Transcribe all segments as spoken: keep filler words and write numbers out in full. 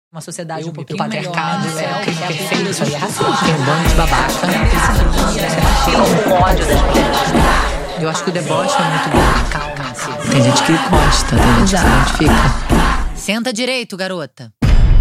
Uma sociedade Eu um pouquinho patriarcado, melhor, né? é, É, que é perfeito, isso aí, é racista. Tem um bando de babaca. Tem um ódio das mulheres. Eu acho que o deboche é muito bom. Calma-se. Tem gente que gosta, tem gente que se identifica. Senta direito, garota.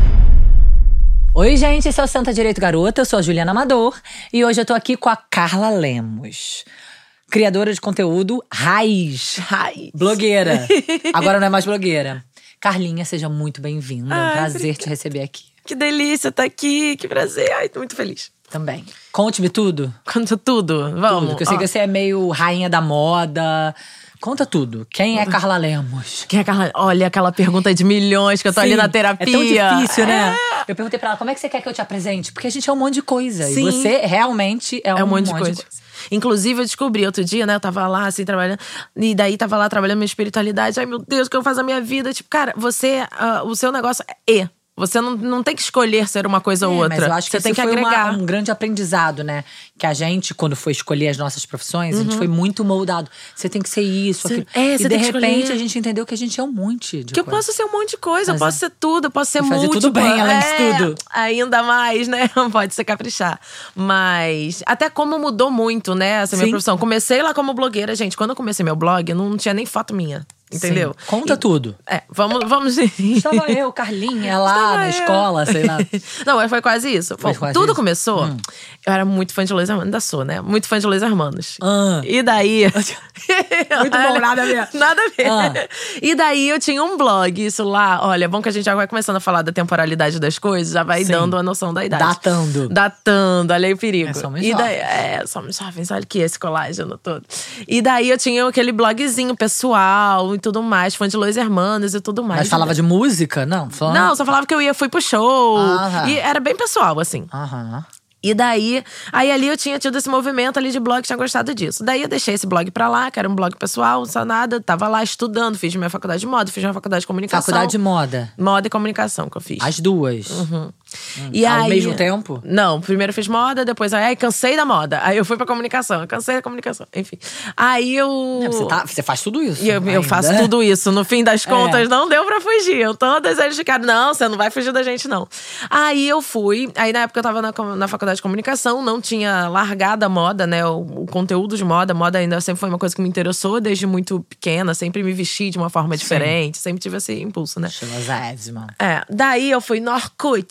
Oi, gente, esse é o Senta Direito Garota, eu sou a Juliana Amador e hoje eu tô aqui com a Carla Lemos. Criadora de conteúdo raiz. Raiz. Blogueira. Agora não é mais blogueira. Carlinha, seja muito bem-vinda. É um Ai, prazer obrigada. te receber aqui. Que delícia estar aqui, que prazer. Ai, tô muito feliz. Também. Conte-me tudo. Conta tudo, vamos. Tudo, que eu sei Ó, que você é meio rainha da moda. Conta tudo. Quem é Carla Lemos? Quem é aquela, olha, aquela pergunta de milhões que eu tô ali Sim, na terapia. É tão difícil, né? É. Eu perguntei pra ela, como é que você quer que eu te apresente? Porque a gente é um monte de coisa. Sim. E você realmente é um, É um monte de coisa. Inclusive, eu descobri outro dia, né? Eu tava lá, assim, trabalhando. E daí, tava lá trabalhando minha espiritualidade. Ai, meu Deus, o que eu faço na minha vida? Tipo, cara, você… ah, o seu negócio é… Você não, não tem que escolher ser uma coisa ou É, outra. mas eu acho que você tem que foi uma- agregar. um grande aprendizado, né? Que a gente, quando foi escolher as nossas profissões, a gente foi muito moldado. Você tem que ser isso, Cê- aquilo. é, e você de tem que repente escolher. a gente entendeu que a gente é um monte de Que eu coisa. posso ser um monte de coisa, Mas eu posso é- ser tudo, eu posso ser E fazer múltipla. tudo bem, além de É, tudo. Ainda mais, né? Pode ser caprichar. Mas até como mudou muito, né, essa minha Sim. profissão. Comecei lá como blogueira, gente. Quando eu comecei meu blog, não tinha nem foto minha. Entendeu? Sim. Conta E- tudo. É, vamos… vamos... Estava eu, Carlinha, lá Estava na eu. escola, sei lá. Não, mas foi quase isso. Foi Bom, quase tudo isso? começou… Hum. Eu era muito fã de Los Hermanos, ainda sou, né? Muito fã de Los Hermanos. Ah. E daí… Muito bom, nada a ver. Nada a ver. Ah. E daí eu tinha um blog, isso lá… Olha, é bom que a gente já vai começando a falar da temporalidade das coisas, já vai Sim. dando a noção da idade. Datando. Datando, olha aí o perigo. É, somos e daí, jovens. É, somos jovens, olha aqui esse colágeno todo. E daí eu tinha aquele blogzinho pessoal e tudo mais, fã de Los Hermanos e tudo mais. Mas falava de música? Não. Falava... Não, só falava que eu ia, fui pro show. Ah, tá. E era bem pessoal, assim. Aham. E daí, aí ali eu tinha tido esse movimento ali de blog, tinha gostado disso. Daí eu deixei esse blog pra lá, que era um blog pessoal, só nada. Tava lá estudando, fiz minha faculdade de moda, fiz minha faculdade de comunicação. Faculdade de moda. Moda e comunicação que eu fiz. As duas. E Ao aí, mesmo tempo? Não, primeiro eu fiz moda, depois aí cansei da moda. Aí eu fui pra comunicação, eu cansei da comunicação, enfim. Aí eu… É, Você, tá, você faz tudo isso. E eu, eu ainda. faço tudo isso. No fim das contas, É. não deu pra fugir. Eu todas eles ficaram, não, você não vai fugir da gente, não. Aí eu fui. Aí na época eu tava na, na faculdade de comunicação, não tinha largado a moda, né? O, o conteúdo de moda. A moda ainda sempre foi uma coisa que me interessou desde muito pequena. Sempre me vesti de uma forma diferente. Sempre tive esse impulso, né? Estilosésima. É, daí eu fui no Orkut.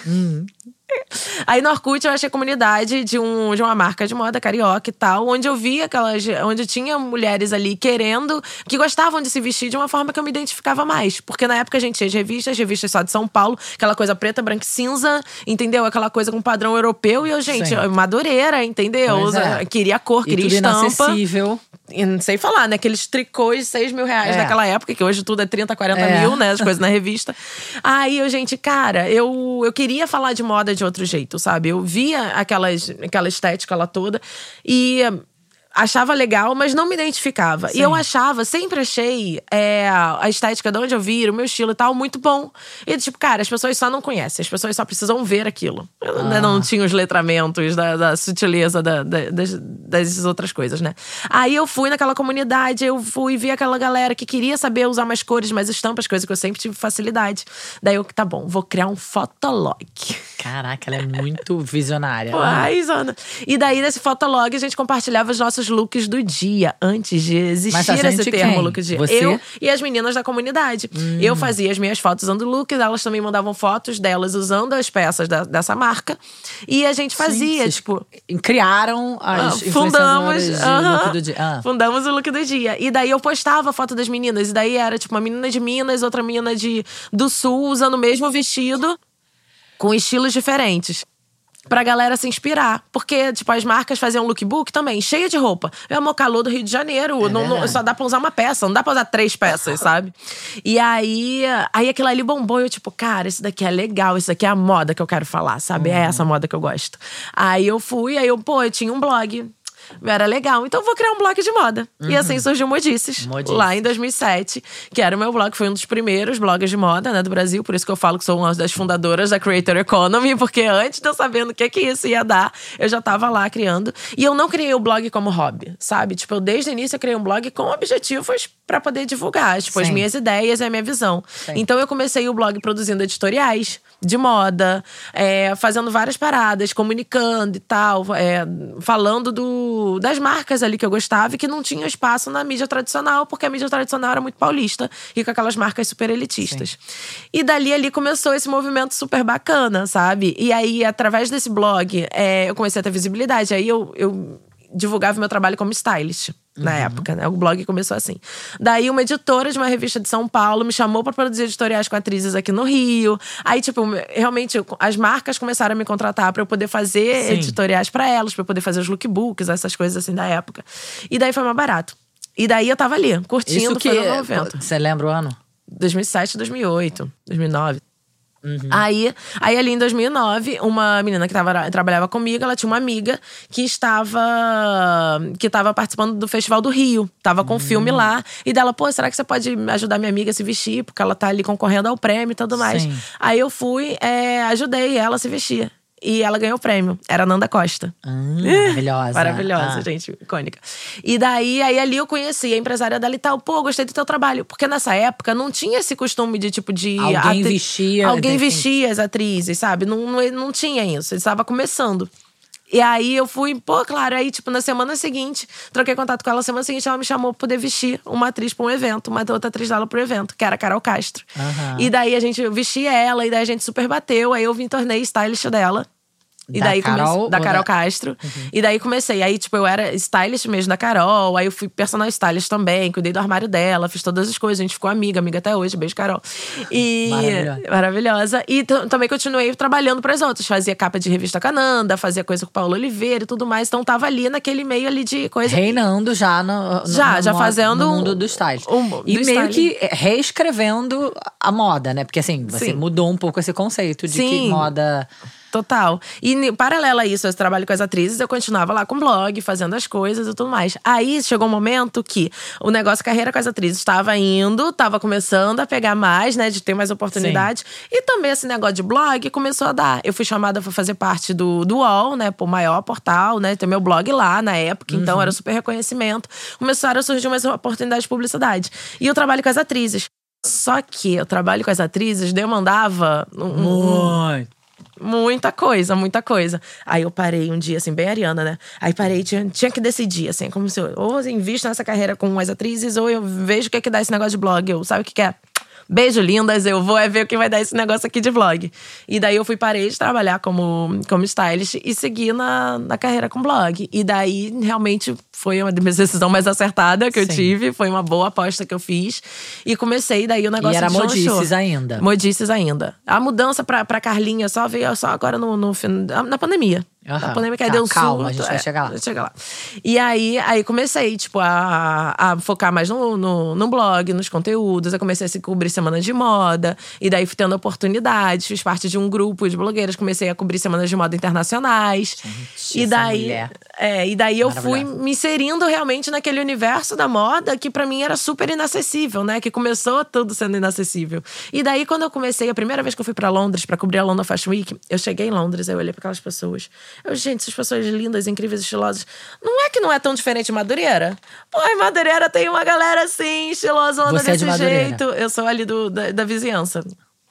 Aí no Orkut eu achei a comunidade de, um, de uma marca de moda carioca e tal, onde eu via aquelas. Onde tinha mulheres ali querendo, que gostavam de se vestir de uma forma que eu me identificava mais. Porque na época a gente tinha as revistas, revistas só de São Paulo, aquela coisa preta, branca e cinza, entendeu? Aquela coisa com padrão europeu. E eu, gente, Sim. madureira, entendeu? Pois é. Queria cor, E queria tudo estampa. inacessível. E não sei falar, né? Aqueles tricôs de seis mil reais É. naquela época, que hoje tudo é trinta, quarenta É. mil, né? As coisas na revista. Aí eu, gente, cara, eu, eu queria falar de moda de outro jeito, sabe? Eu via aquelas, aquela estética lá toda e achava legal, mas não me identificava. Sim. E eu achava, sempre achei é, a estética de onde eu vi, o meu estilo e tal, muito bom. E tipo, cara, as pessoas só não conhecem, as pessoas só precisam ver aquilo. Eu ainda Ah. não tinha os letramentos da, da sutileza da, da, das, das outras coisas, né? Aí eu fui naquela comunidade, eu fui ver aquela galera que queria saber usar mais cores, mais estampas, coisa que eu sempre tive facilidade. Daí eu, tá bom, vou criar um fotolog. Caraca, ela é muito visionária. Ai, Zana. E daí, nesse fotolog, a gente compartilhava os nossos looks do dia, antes de Mas existir a gente esse termo quem? look do dia. Você? Eu e as meninas da comunidade. Hum. Eu fazia as minhas fotos usando looks, elas também mandavam fotos delas usando as peças da- dessa marca. E a gente fazia, Vocês tipo… Criaram Ah, as fundamos, influenciadoras de aham. look do dia. Ah. Fundamos o look do dia. E daí eu postava a foto das meninas. E daí era tipo uma menina de Minas, outra menina de, do Sul, usando o mesmo vestido, com estilos diferentes. Pra galera se inspirar. Porque, tipo, as marcas faziam lookbook também, cheia de roupa. Meu amor, calor do Rio de Janeiro. É não, não- verdade. só dá pra usar uma peça, não dá pra usar três peças, sabe? E aí, aí aquilo ali bombou. E eu, tipo, cara, isso daqui é legal, isso daqui é a moda que eu quero falar, sabe? É essa moda que eu gosto. Aí eu fui, aí eu, pô, eu tinha um blog. era legal. Então eu vou criar um blog de moda. Uhum. E assim surgiu o Modices, Modices, lá em dois mil e sete. Que era o meu blog, foi um dos primeiros blogs de moda, né, do Brasil. Por isso que eu falo que sou uma das fundadoras da Creator Economy. Porque antes de eu sabendo o que, que isso ia dar, eu já tava lá criando. E eu não criei o blog como hobby, sabe? Tipo, eu, desde o início eu criei um blog com objetivos pra poder divulgar, tipo, Sim. as minhas ideias e a minha visão. Sim. Então eu comecei o blog produzindo editoriais de moda, é, fazendo várias paradas, comunicando e tal, é, falando do, das marcas ali que eu gostava e que não tinha espaço na mídia tradicional, porque a mídia tradicional era muito paulista e com aquelas marcas super elitistas. Sim. E dali ali começou esse movimento super bacana, sabe? E aí, através desse blog, é, eu comecei a ter visibilidade. Aí eu, eu divulgava meu trabalho como stylist. Na uhum. época, né? O blog começou assim. Daí uma editora de uma revista de São Paulo me chamou pra produzir editoriais com atrizes aqui no Rio. Aí, tipo, realmente, as marcas começaram a me contratar pra eu poder fazer Sim. editoriais pra elas, pra eu poder fazer os lookbooks, essas coisas assim da época. E daí foi mais barato. E daí eu tava ali, curtindo, Isso que foi no evento. Você lembra o ano? dois mil e sete, dois mil e oito, dois mil e nove. Uhum. Aí, aí ali em dois mil e nove, uma menina que tava, trabalhava comigo, ela tinha uma amiga que estava que estava participando do Festival do Rio, tava com um uhum. filme lá, e dela, pô, será que você pode ajudar minha amiga a se vestir? Porque ela tá ali concorrendo ao prêmio e tudo mais. Sim. Aí eu fui, é, ajudei ela a se vestir. E ela ganhou o prêmio. Era a Nanda Costa. Hum, maravilhosa. Maravilhosa, ah. gente. Icônica. E daí, aí ali eu conheci a empresária dela e tal. Pô, gostei do teu trabalho. Porque nessa época não tinha esse costume de tipo de… Alguém atri... vestia… Alguém definitivamente. vestia as atrizes, sabe? Não, não, não tinha isso. Ele estava começando. E aí eu fui, pô, claro, aí tipo na semana seguinte, troquei contato com ela, na semana seguinte ela me chamou pra poder vestir uma atriz pra um evento, uma outra atriz dela pro evento, que era a Carol Castro. Uhum. E daí a gente vestia ela, e daí a gente super bateu, aí eu vim tornei stylist dela. E da daí Carol, comece... Da Carol da... Castro. Uhum. E daí comecei. Aí, tipo, eu era stylist mesmo da Carol. Aí eu fui personal stylist também. Cuidei do armário dela. Fiz todas as coisas. A gente ficou amiga. Amiga até hoje. Beijo, Carol. E... Maravilhosa. Maravilhosa. E t- também continuei trabalhando pras outras. Fazia capa de revista Cananda. Fazia coisa com o Paulo Oliveira e tudo mais. Então tava ali naquele meio ali de coisa. Reinando já no, no, já, no, já no, fazendo no mundo do style. Um, e do meio styling. que reescrevendo a moda, né? Porque assim, você Sim. mudou um pouco esse conceito de Sim. que moda… Total. E paralelo a isso, eu trabalho com as atrizes, eu continuava lá com o blog, fazendo as coisas e tudo mais. Aí chegou um momento que o negócio carreira com as atrizes estava indo, estava começando a pegar mais, né, de ter mais oportunidade. Sim. E também esse negócio de blog começou a dar. Eu fui chamada para fazer parte do, do U O L, né, o maior portal, né, ter meu blog lá na época, uhum. então era super reconhecimento. Começaram a surgir mais oportunidades de publicidade. E eu trabalho com as atrizes. Só que o trabalho com as atrizes demandava… Um, Muito. Muita coisa, muita coisa. Aí eu parei um dia, assim, bem ariana, né? Aí parei, tinha, tinha que decidir, assim, como se eu ou eu invisto nessa carreira com as atrizes, ou eu vejo o que é que dá esse negócio de blog. Eu, sabe o que que é? Beijo, lindas, eu vou é ver o que vai dar esse negócio aqui de vlog. E daí eu fui, parei de trabalhar como, como stylist e segui na, na carreira com blog. E daí, realmente, foi uma decisão mais acertada que eu Sim. tive. Foi uma boa aposta que eu fiz. E comecei, daí o negócio… E era Modices ainda. Modices ainda. A mudança pra, pra Carlinha só veio só agora no, no, na pandemia. Uhum. Na pandemia, que aí tá, deu um calma, surto. a gente vai é, chegar lá. Vai chegar lá. E aí, aí comecei, tipo, a, a focar mais no, no, no blog, nos conteúdos. Eu comecei a se cobrir semanas de moda. E daí fui tendo oportunidades. Fiz parte de um grupo de blogueiras. Comecei a cobrir semanas de moda internacionais. Gente, e daí, mulher. é, e daí eu fui me inserindo realmente naquele universo da moda que pra mim era super inacessível, né? Que começou tudo sendo inacessível. E daí, quando eu comecei, a primeira vez que eu fui pra Londres pra cobrir a London Fashion Week, eu cheguei em Londres, aí eu olhei pra aquelas pessoas. Eu, gente, essas pessoas lindas, incríveis, estilosas. Não é que não é tão diferente de Madureira? Pô, em Madureira tem uma galera assim, estilosona Você desse é de jeito. Eu sou ali do, da, da vizinhança.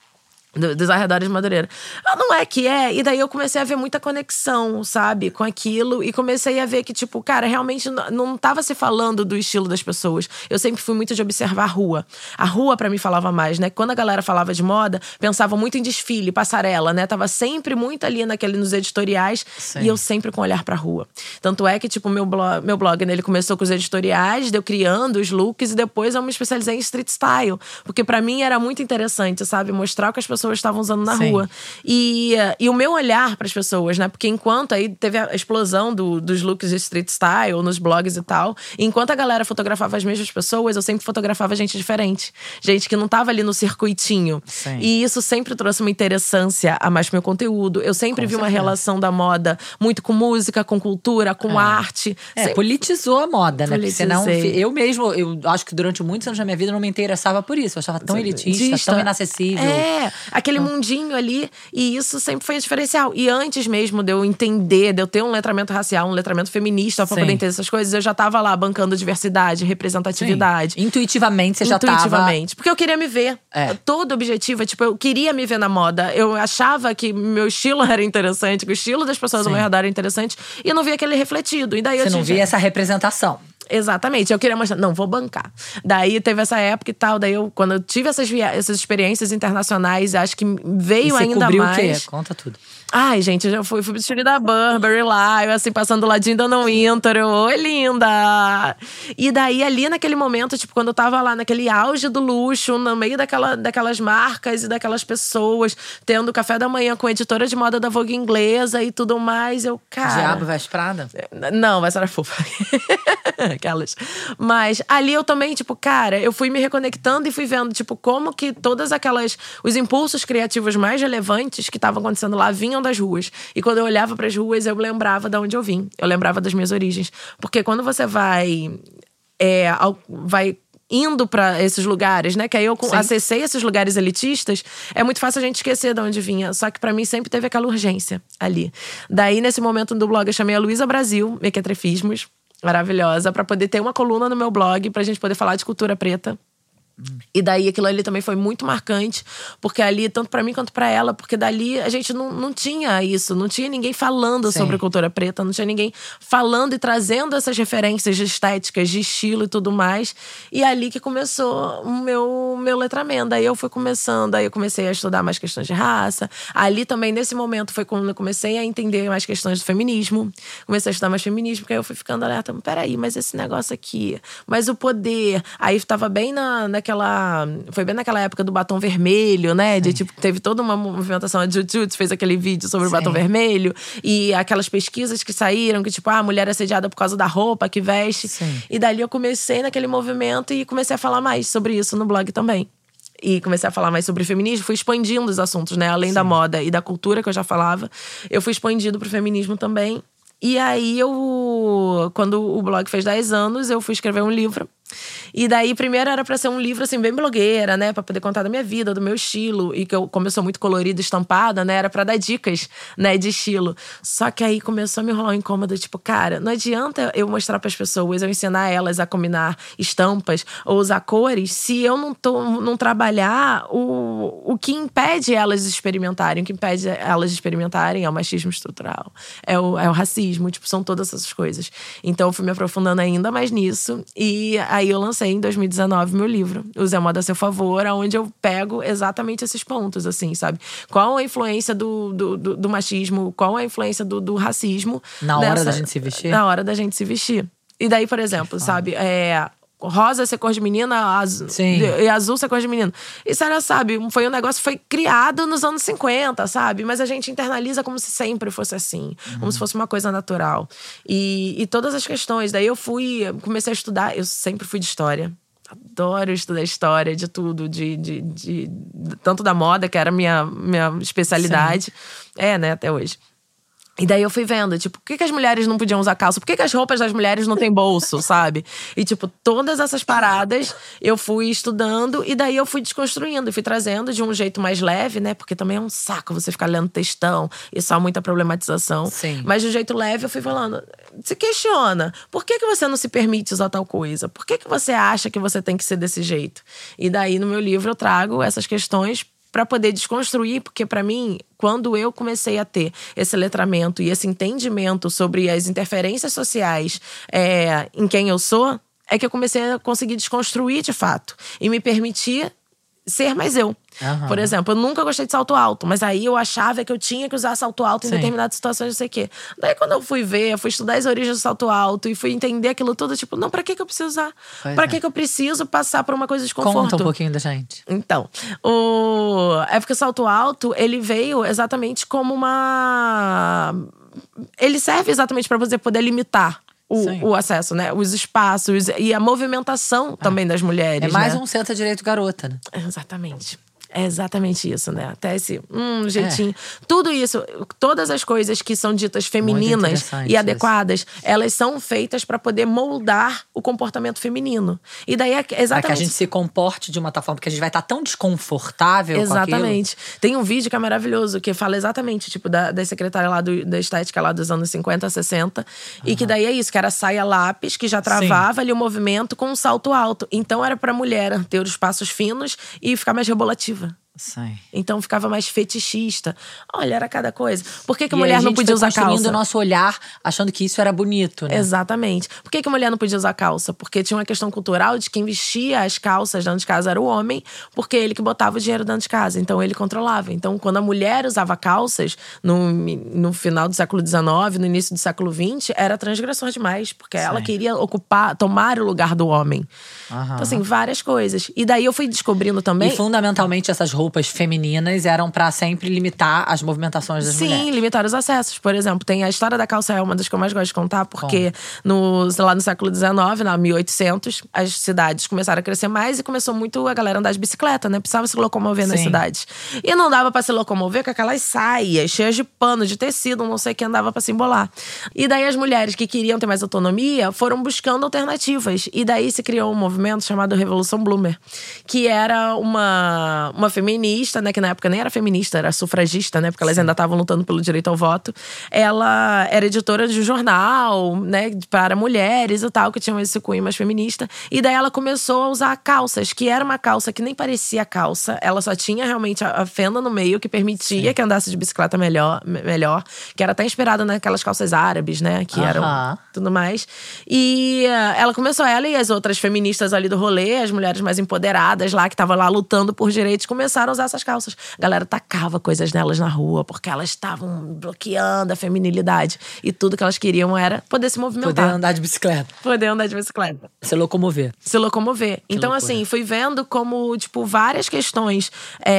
Do, dos arredores de Madureira. Ah, não é que é. E daí eu comecei a ver muita conexão, sabe? Com aquilo. E comecei a ver que, tipo, cara, realmente não, não tava se falando do estilo das pessoas. Eu sempre fui muito de observar a rua. A rua, pra mim, falava mais, né? Quando a galera falava de moda, pensava muito em desfile, passarela, né? Tava sempre muito ali naquele, nos editoriais. Sim. E eu sempre com olhar pra rua. Tanto é que, tipo, meu blog, meu blog, né? Ele começou com os editoriais, deu criando os looks. E depois eu me especializei em street style. Porque pra mim era muito interessante, sabe? Mostrar o que as pessoas pessoas estavam usando na Sim. rua. E, e o meu olhar para as pessoas, né? Porque enquanto aí teve a explosão do, dos looks de street style nos blogs e tal, enquanto a galera fotografava as mesmas pessoas, eu sempre fotografava gente diferente. Gente que não tava ali no circuitinho. Sim. E isso sempre trouxe uma interessância a mais pro meu conteúdo. Eu sempre Com vi uma certeza. relação da moda muito com música, com cultura, com É. arte. É, Sempre- politizou a moda, né? Porque senão, Politizei. eu mesmo, eu acho que durante muitos anos da minha vida eu não me interessava por isso. Eu achava tão elitista, Elitista. tão inacessível. É, aquele mundinho ali. E isso sempre foi um diferencial. E antes mesmo de eu entender, de eu ter um letramento racial, um letramento feminista pra Sim. poder entender essas coisas, eu já tava lá bancando diversidade, representatividade. Sim. Intuitivamente você já tava… Intuitivamente. Porque eu queria me ver. É. Todo objetivo é, tipo, eu queria me ver na moda. Eu achava que meu estilo era interessante, que o estilo das pessoas Sim. ao meu redor era interessante. E eu não via aquele refletido. E daí eu Você não tinha- via essa representação. Exatamente, eu queria mostrar, não, vou bancar. Daí teve essa época e tal, daí eu, quando eu tive essas, via- essas experiências internacionais, acho que veio E você ainda cobriu mais. o quê? Conta tudo. Ai, gente, eu já fui, fui pro desfile da Burberry lá, eu assim, passando do ladinho da No Winter, eu, oi, linda! E daí, ali naquele momento, tipo, quando eu tava lá naquele auge do luxo, no meio daquela, daquelas marcas e daquelas pessoas, tendo café da manhã com a editora de moda da Vogue inglesa e tudo mais, eu, cara… Diabo Veste Prada? Não, vai ser a fofa. Aquelas. Mas ali eu também, tipo, cara, eu fui me reconectando e fui vendo, tipo, como que todas aquelas… Os impulsos criativos mais relevantes que estavam acontecendo lá vinham das ruas. E quando eu olhava pras ruas, eu lembrava de onde eu vim. Eu lembrava das minhas origens. Porque quando você vai… É, ao- vai… indo pra esses lugares, né? Que aí eu Sim. acessei esses lugares elitistas, é muito fácil a gente esquecer de onde vinha. Só que pra mim sempre teve aquela urgência ali. Daí, nesse momento do blog, eu chamei a Luísa Brasil, Mequetrefismos, maravilhosa, pra poder ter uma coluna no meu blog, pra gente poder falar de cultura preta. E daí aquilo ali também foi muito marcante, porque ali, tanto pra mim quanto pra ela, porque dali a gente não, não tinha isso, não tinha ninguém falando Sim. sobre cultura preta, não tinha ninguém falando e trazendo essas referências de estéticas, de estilo e tudo mais. E é ali que começou o meu, meu letramento. Daí eu fui começando, aí eu comecei a estudar mais questões de raça. Ali também, nesse momento, foi quando eu comecei a entender mais questões do feminismo. Comecei a estudar mais feminismo, porque aí eu fui ficando alerta, peraí, mas esse negócio aqui, mas o poder… Aí tava bem na, naquela… Foi bem naquela época do batom vermelho, né? De, tipo, teve toda uma movimentação. A Jujutsu fez aquele vídeo sobre Sim. o batom vermelho. E aquelas pesquisas que saíram, que tipo, ah, a mulher é assediada por causa da roupa que veste. Sim. E dali eu comecei naquele movimento e comecei a falar mais sobre isso no blog também. E comecei a falar mais sobre feminismo, fui expandindo os assuntos, né? Além Sim. da moda e da cultura que eu já falava, eu fui expandindo pro feminismo também. E aí eu, quando o blog fez dez anos, eu fui escrever um livro. E daí, primeiro era pra ser um livro, assim, bem blogueira, né? Pra poder contar da minha vida, do meu estilo. E que eu, como eu sou muito colorida, estampada, né? Era pra dar dicas, né? De estilo. Só que aí começou a me rolar um incômodo. Tipo, cara, não adianta eu mostrar pras pessoas, eu ensinar elas a combinar estampas ou usar cores, se eu não, tô, não trabalhar o, o que impede elas de experimentarem. O que impede elas de experimentarem é o machismo estrutural. É o, é o racismo, tipo, são todas essas coisas. Então, eu fui me aprofundando ainda mais nisso. E aí eu lancei em dois mil e dezenove meu livro, Use a Moda a Seu Favor, onde eu pego exatamente esses pontos, assim, sabe? Qual a influência do, do, do, do machismo, qual a influência do, do racismo. Na hora nessa- da gente se vestir? Na hora da gente se vestir. E daí, por exemplo, sabe, é… rosa ser cor de menina, azul, Sim. e azul ser cor de menino. Isso era, sabe, foi um negócio que foi criado nos anos cinquenta, sabe? Mas a gente internaliza como se sempre fosse assim. Uhum. Como se fosse uma coisa natural. E, e todas as questões. Daí eu fui, comecei a estudar. Eu sempre fui de história. Adoro estudar história de tudo. De, de, de, de- tanto da moda, que era a minha, minha especialidade. É, né, até hoje. E daí eu fui vendo, tipo, por que, que as mulheres não podiam usar calça? Por que, que as roupas das mulheres não têm bolso, sabe? E, tipo, todas essas paradas eu fui estudando e daí eu fui desconstruindo. E fui trazendo de um jeito mais leve, né? Porque também é um saco você ficar lendo textão e só muita problematização. Sim. Mas de um jeito leve eu fui falando, se questiona. Por que, que você não se permite usar tal coisa? Por que, que você acha que você tem que ser desse jeito? E daí no meu livro eu trago essas questões para poder desconstruir, porque para mim, quando eu comecei a ter esse letramento e esse entendimento sobre as interferências sociais é, em quem eu sou, é que eu comecei a conseguir desconstruir de fato e me permitir ser mais eu. Aham. Por exemplo, eu nunca gostei de salto alto, mas aí eu achava que eu tinha que usar salto alto em Sim. determinadas situações, não sei o quê. Daí quando eu fui ver, eu fui estudar as origens do salto alto e fui entender aquilo tudo, tipo, não, pra que que eu preciso usar? Pois pra é. que que eu preciso passar por uma coisa de desconforto? Conta um pouquinho da gente. Então, o... é porque o salto alto, ele veio exatamente como uma… Ele serve exatamente pra você poder limitar Sim. o, o acesso, né? Os espaços e a movimentação também das mulheres, É mais né? um Senta Direito Garota, né? Exatamente. É exatamente isso, né? Até esse hum, jeitinho. É. Tudo isso, todas as coisas que são ditas femininas e adequadas, isso. elas são feitas para poder moldar o comportamento feminino. E daí é exatamente… Para que a gente se comporte de uma tal forma, porque a gente vai estar tão desconfortável exatamente. com aquilo. Tem um vídeo que é maravilhoso, que fala exatamente, tipo, da, da secretária lá do, da estética lá dos anos cinquenta, sessenta. Uhum. E que daí é isso, que era saia lápis, que já travava Sim. ali o movimento com um salto alto. Então era pra mulher ter os passos finos e ficar mais rebolativa. Sim. Então ficava mais fetichista. Olha, era cada coisa. Por que, que a e mulher a não podia usar calça? construindo o nosso olhar, achando que isso era bonito, né? Exatamente. Por que, que a mulher não podia usar calça? Porque tinha uma questão cultural de quem vestia as calças dentro de casa era o homem, porque ele que botava o dinheiro dentro de casa. Então ele controlava. Então quando a mulher usava calças, no, no final do século dezenove, no início do século vinte, era transgressor demais. Porque Sim. ela queria ocupar, tomar o lugar do homem. Aham. Então assim, várias coisas. E daí eu fui descobrindo também… E fundamentalmente essas roupas femininas eram pra sempre limitar as movimentações das Sim, mulheres. Sim, limitar os acessos. Por exemplo, tem a história da calça é uma das que eu mais gosto de contar, porque no, sei lá, no século dezenove, na mil e oitocentos, as cidades começaram a crescer mais e começou muito a galera andar de bicicleta, né? Precisava se locomover Sim. nas cidades. E não dava pra se locomover com aquelas saias cheias de pano, de tecido, não sei o que, andava pra se embolar. E daí as mulheres que queriam ter mais autonomia foram buscando alternativas. E daí se criou um movimento chamado Revolução Bloomer, que era uma, uma feminista, né, que na época nem era feminista, era sufragista, né, porque elas Sim. ainda estavam lutando pelo direito ao voto. Ela era editora de um jornal, né, para mulheres e tal, que tinham esse cunho mais feminista. E daí ela começou a usar calças, que era uma calça que nem parecia calça, ela só tinha realmente a, a fenda no meio, que permitia Sim. que andasse de bicicleta melhor, melhor, que era até inspirada naquelas calças árabes, né, que uh-huh. eram tudo mais. E uh, ela começou, ela e as outras feministas ali do rolê, as mulheres mais empoderadas lá, que estavam lá lutando por direitos, começaram a usar essas calças. A galera tacava coisas nelas na rua, porque elas estavam bloqueando a feminilidade. E tudo que elas queriam era poder se movimentar. Poder andar de bicicleta. Poder andar de bicicleta. Se locomover. Se locomover. Que então, loucura. assim, fui vendo como, tipo, várias questões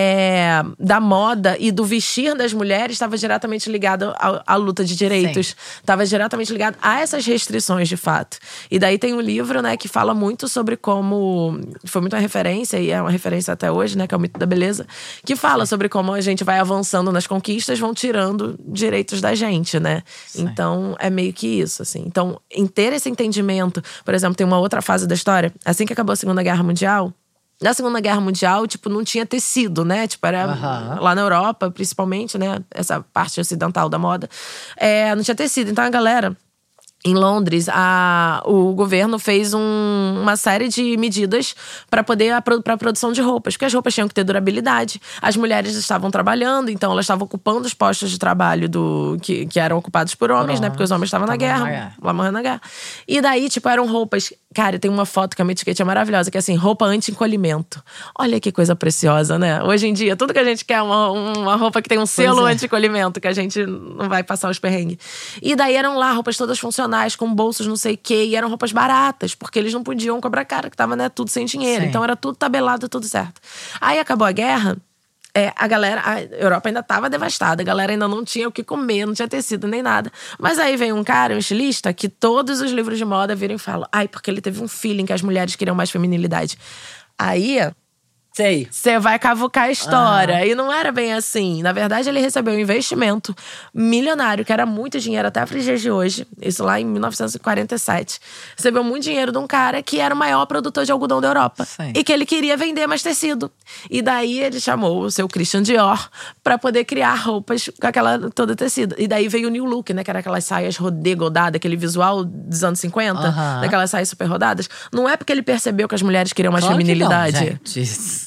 é, da moda e do vestir das mulheres estava diretamente ligado à, à luta de direitos. Estava diretamente ligado a essas restrições, de fato. E daí tem um livro, né, que fala muito sobre como… Foi muito uma referência, e é uma referência até hoje, né, que é o Mito da Beleza, que fala Sim. sobre como a gente vai avançando nas conquistas, vão tirando direitos da gente, né? Sim. Então, é meio que isso, assim. Então, em ter esse entendimento… Por exemplo, tem uma outra fase da história. Assim que acabou a Segunda Guerra Mundial… Na Segunda Guerra Mundial, tipo, não tinha tecido, né? Tipo, era uhum. lá na Europa, principalmente, né? Essa parte ocidental da moda. É, não tinha tecido. Então, a galera… Em Londres, a, o governo fez um, uma série de medidas para poder a, para a produção de roupas, porque as roupas tinham que ter durabilidade. As mulheres estavam trabalhando, então elas estavam ocupando os postos de trabalho do, que, que eram ocupados por homens, por né? Porque os homens estavam na guerra, na guerra, lá morrendo na guerra. E daí, tipo, eram roupas… Cara, tem uma foto que a minha etiqueta é maravilhosa, que é assim, roupa anti-encolhimento. Olha que coisa preciosa, né? Hoje em dia, tudo que a gente quer é uma, uma roupa que tem um selo é. anti-encolhimento, que a gente não vai passar os perrengues. E daí eram lá roupas todas funcionais, com bolsos não sei o quê, e eram roupas baratas, porque eles não podiam cobrar cara, que tava, né, tudo sem dinheiro. Sim. Então era tudo tabelado, tudo certo. Aí acabou a guerra… É, a galera, a Europa ainda tava devastada, a galera ainda não tinha o que comer, não tinha tecido nem nada. Mas aí vem um cara, um estilista, que todos os livros de moda viram e falam: ai, porque ele teve um feeling que as mulheres queriam mais feminilidade. Aí… Sei. Você vai cavucar a história. Uhum. E não era bem assim. Na verdade, ele recebeu um investimento milionário, que era muito dinheiro até para os dias de hoje. Isso lá em mil novecentos e quarenta e sete. Recebeu muito dinheiro de um cara que era o maior produtor de algodão da Europa. Sim. E que ele queria vender mais tecido. E daí ele chamou o seu Christian Dior para poder criar roupas com aquela toda tecido. E daí veio o New Look, né? Que era aquelas saias rodê godadas, aquele visual dos anos cinquenta. Uhum. Daquelas saias super rodadas. Não é porque ele percebeu que as mulheres queriam mais claro feminilidade. Que não, gente.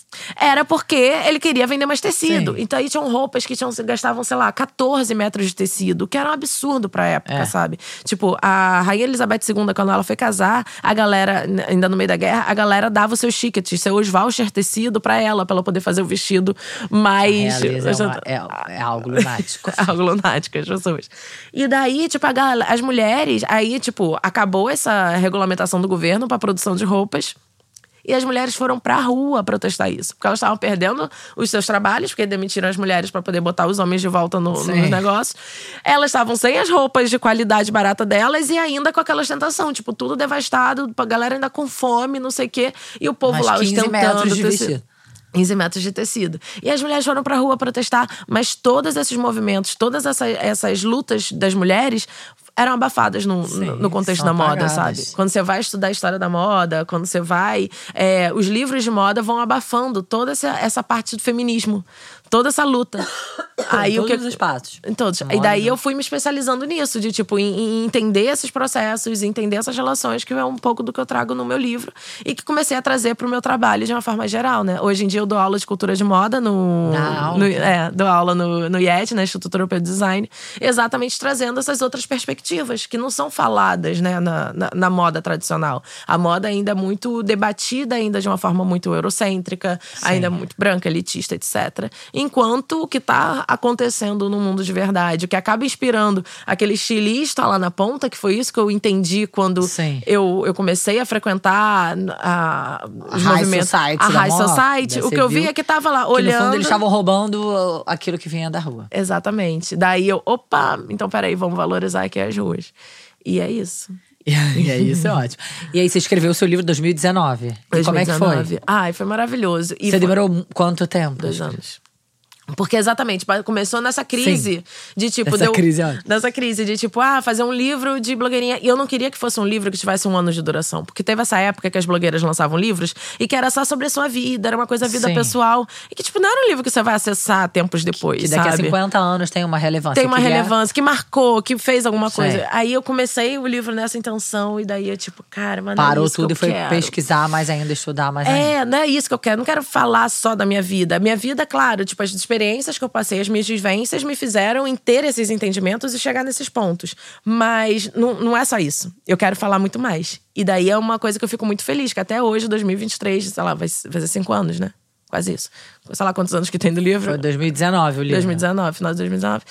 Era porque ele queria vender mais tecido. Sim. Então aí tinham roupas que tinham, gastavam, sei lá, catorze metros de tecido, que era um absurdo pra época, É. sabe? Tipo, a Rainha Elizabeth segunda, quando ela foi casar, a galera, ainda no meio da guerra, a galera dava os seus tickets, seus voucher tecido pra ela, pra ela poder fazer o vestido mais. A realeza é, uma- é- é algo lunático. Algo lunático, as pessoas. E daí, tipo, a galera, as mulheres, aí, tipo, acabou essa regulamentação do governo pra produção de roupas. E as mulheres foram pra rua protestar isso. Porque elas estavam perdendo os seus trabalhos, porque demitiram as mulheres pra poder botar os homens de volta no, nos Sim. negócios. Elas estavam sem as roupas de qualidade barata delas e ainda com aquela ostentação. Tipo, tudo devastado, a galera ainda com fome, não sei o quê. E o povo Mas lá quinze ostentando. metros de tecido. vestido. quinze metros de tecido. E as mulheres foram pra rua protestar, mas todos esses movimentos, todas essas, essas lutas das mulheres eram abafadas no, Sim, no, no contexto são da moda, apagadas. sabe? Quando você vai estudar a história da moda, quando você vai… É, os livros de moda vão abafando toda essa, essa parte do feminismo. Toda essa luta. Aí, Em o que, todos os espaços. Em todos. Moda, E daí né? eu fui me especializando nisso, de tipo, em, em entender esses processos, entender essas relações, que é um pouco do que eu trago no meu livro. E que comecei a trazer pro meu trabalho de uma forma geral, né? Hoje em dia eu dou aula de cultura de moda no… Dá aula? no é, dou aula no, no I E T, né? Instituto Europeu de Design. Exatamente trazendo essas outras perspectivas, que não são faladas, né? Na, na, na moda tradicional. A moda ainda é muito debatida, ainda de uma forma muito eurocêntrica, ainda muito branca, elitista, etcétera. Enquanto o que tá acontecendo no mundo de verdade, o que acaba inspirando aquele estilista lá na ponta, que foi isso que eu entendi quando Sim. eu, eu comecei a frequentar a, os High movimentos. society a da High moda, Society. daí O você que eu vi viu é que tava lá Que olhando. no fundo eles estavam roubando aquilo que vinha da rua. Exatamente. Daí eu, opa, então peraí, vamos valorizar aqui as ruas. E é isso. E aí, isso é ótimo. E aí, você escreveu o seu livro em dois mil e dezenove. E como é que foi? Ai, foi maravilhoso. E Você foi demorou quanto tempo? dois anos. Porque exatamente, começou nessa crise Sim. de tipo… Essa deu, crise é ótima. Dessa crise de tipo, ah, fazer um livro de blogueirinha. E eu não queria que fosse um livro que tivesse um ano de duração. Porque teve essa época que as blogueiras lançavam livros e que era só sobre a sua vida, era uma coisa vida Sim. pessoal. E que, tipo, não era um livro que você vai acessar tempos depois. Que daqui sabe? a cinquenta anos tem uma relevância. Tem uma Eu queria- relevância, que marcou, que fez alguma Sim. coisa. Aí eu comecei o livro nessa intenção, e daí eu, tipo, cara, mas não é Parou isso que tudo eu e foi quero. pesquisar mais ainda, estudar mais ainda. É, não é isso que eu quero. Não quero falar só da minha vida. Minha vida, claro, tipo, as experiências que eu passei, as minhas vivências me fizeram em ter esses entendimentos e chegar nesses pontos. Mas não, não é só isso. Eu quero falar muito mais. E daí é uma coisa que eu fico muito feliz, que até hoje, dois mil e vinte e três, sei lá, vai fazer cinco anos, né? Quase isso. Sei lá quantos anos que tem do livro. Foi dois mil e dezenove o livro. dois mil e dezenove, final de dois mil e dezenove.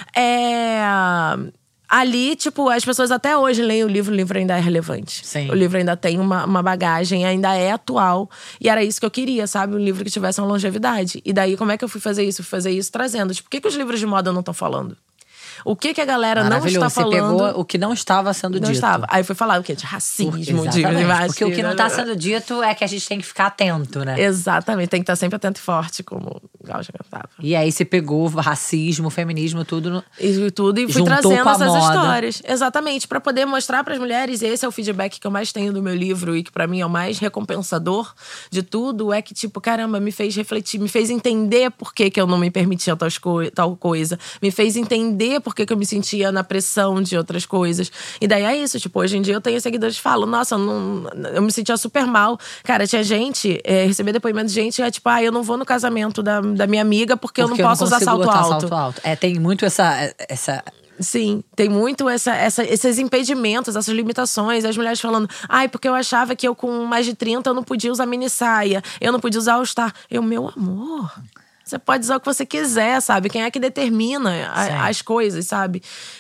É… Ali, tipo, as pessoas até hoje leem o livro, o livro ainda é relevante. Sim. O livro ainda tem uma, uma bagagem, ainda é atual. E era isso que eu queria, sabe? Um livro que tivesse uma longevidade. E daí, como é que eu fui fazer isso? Fui fazer isso trazendo. Tipo, por que, que os livros de moda não estão falando? O que, que a galera não está Maravilhoso. falando? Você pegou o que não estava sendo Não dito. estava. Aí fui falar o quê? De racismo, Por- de Exatamente. Porque o que não está vacina. sendo dito é que a gente tem que ficar atento, né? Exatamente. Tem que estar sempre atento e forte, como o Gal já cantava. E aí você pegou racismo, feminismo, tudo. No... E tudo, e fui Juntou trazendo com a essas moda. histórias. Exatamente, pra poder mostrar pras mulheres, e esse é o feedback que eu mais tenho do meu livro e que pra mim é o mais recompensador de tudo, é que, tipo, caramba, me fez refletir, me fez entender por que, que eu não me permitia tal, tal coisa, me fez entender por que, que eu me sentia na pressão de outras coisas. E daí é isso, tipo, hoje em dia eu tenho seguidores que falam, nossa, eu, não, eu me sentia super mal. Cara, tinha gente, é, receber depoimento de gente, é tipo, ah, eu não vou no casamento da, da minha amiga porque, Porque eu não posso usar consigo salto botar alto. salto alto. É, tem muito essa... essa... Sim, tem muito essa, essa, esses impedimentos, essas limitações. As mulheres falando, ai, porque eu achava que eu com mais de trinta eu não podia usar mini saia, eu não podia usar all-star. Eu, meu amor, você pode usar o que você quiser, sabe? Quem é que determina a, as coisas, sabe?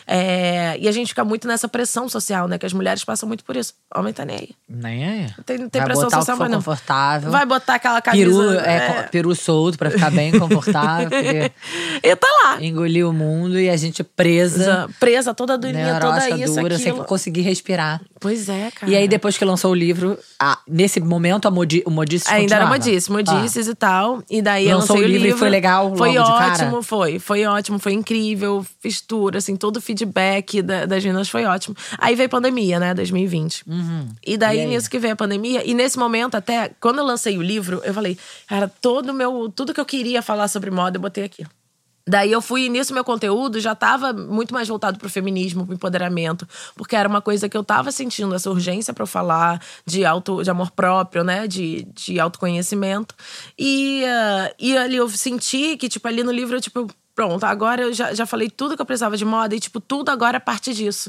É, e a gente fica muito nessa pressão social, né? Que as mulheres passam muito por isso. Homem tá nem aí. Nem é. Tem, tem Vai pressão botar social, o que for mas não. confortável. Vai botar aquela camisa… Peru, é, peru solto pra ficar bem confortável. Porque E tá lá. engoliu o mundo e a gente presa. Presa, toda durinha, toda Neurótica, isso, dura, aquilo. sem conseguir respirar. Pois é, cara. E aí, depois que lançou o livro, ah, nesse momento, a modi, o Modices Ainda era continuava. Modices, Modices e tal. E daí eu Lançou lancei o livro e foi legal Foi logo de cara? ótimo, foi. Foi ótimo, foi incrível. Fiz tudo, assim, todo o feedback da, das meninas foi ótimo. Aí veio a pandemia, né, dois mil e vinte. Uhum. E daí, E aí? nisso que veio a pandemia, e nesse momento até, quando eu lancei o livro, eu falei, cara, todo meu, tudo que eu queria falar sobre moda, eu botei aqui. Daí eu fui, nisso meu conteúdo já tava muito mais voltado pro feminismo, pro empoderamento. Porque era uma coisa que eu tava sentindo, essa urgência pra eu falar de, auto, de amor próprio, né? De, de autoconhecimento. E, uh, e ali eu senti que, tipo, ali no livro eu, tipo… Pronto, agora eu já, já falei tudo que eu precisava de moda e, tipo, tudo agora é parte disso.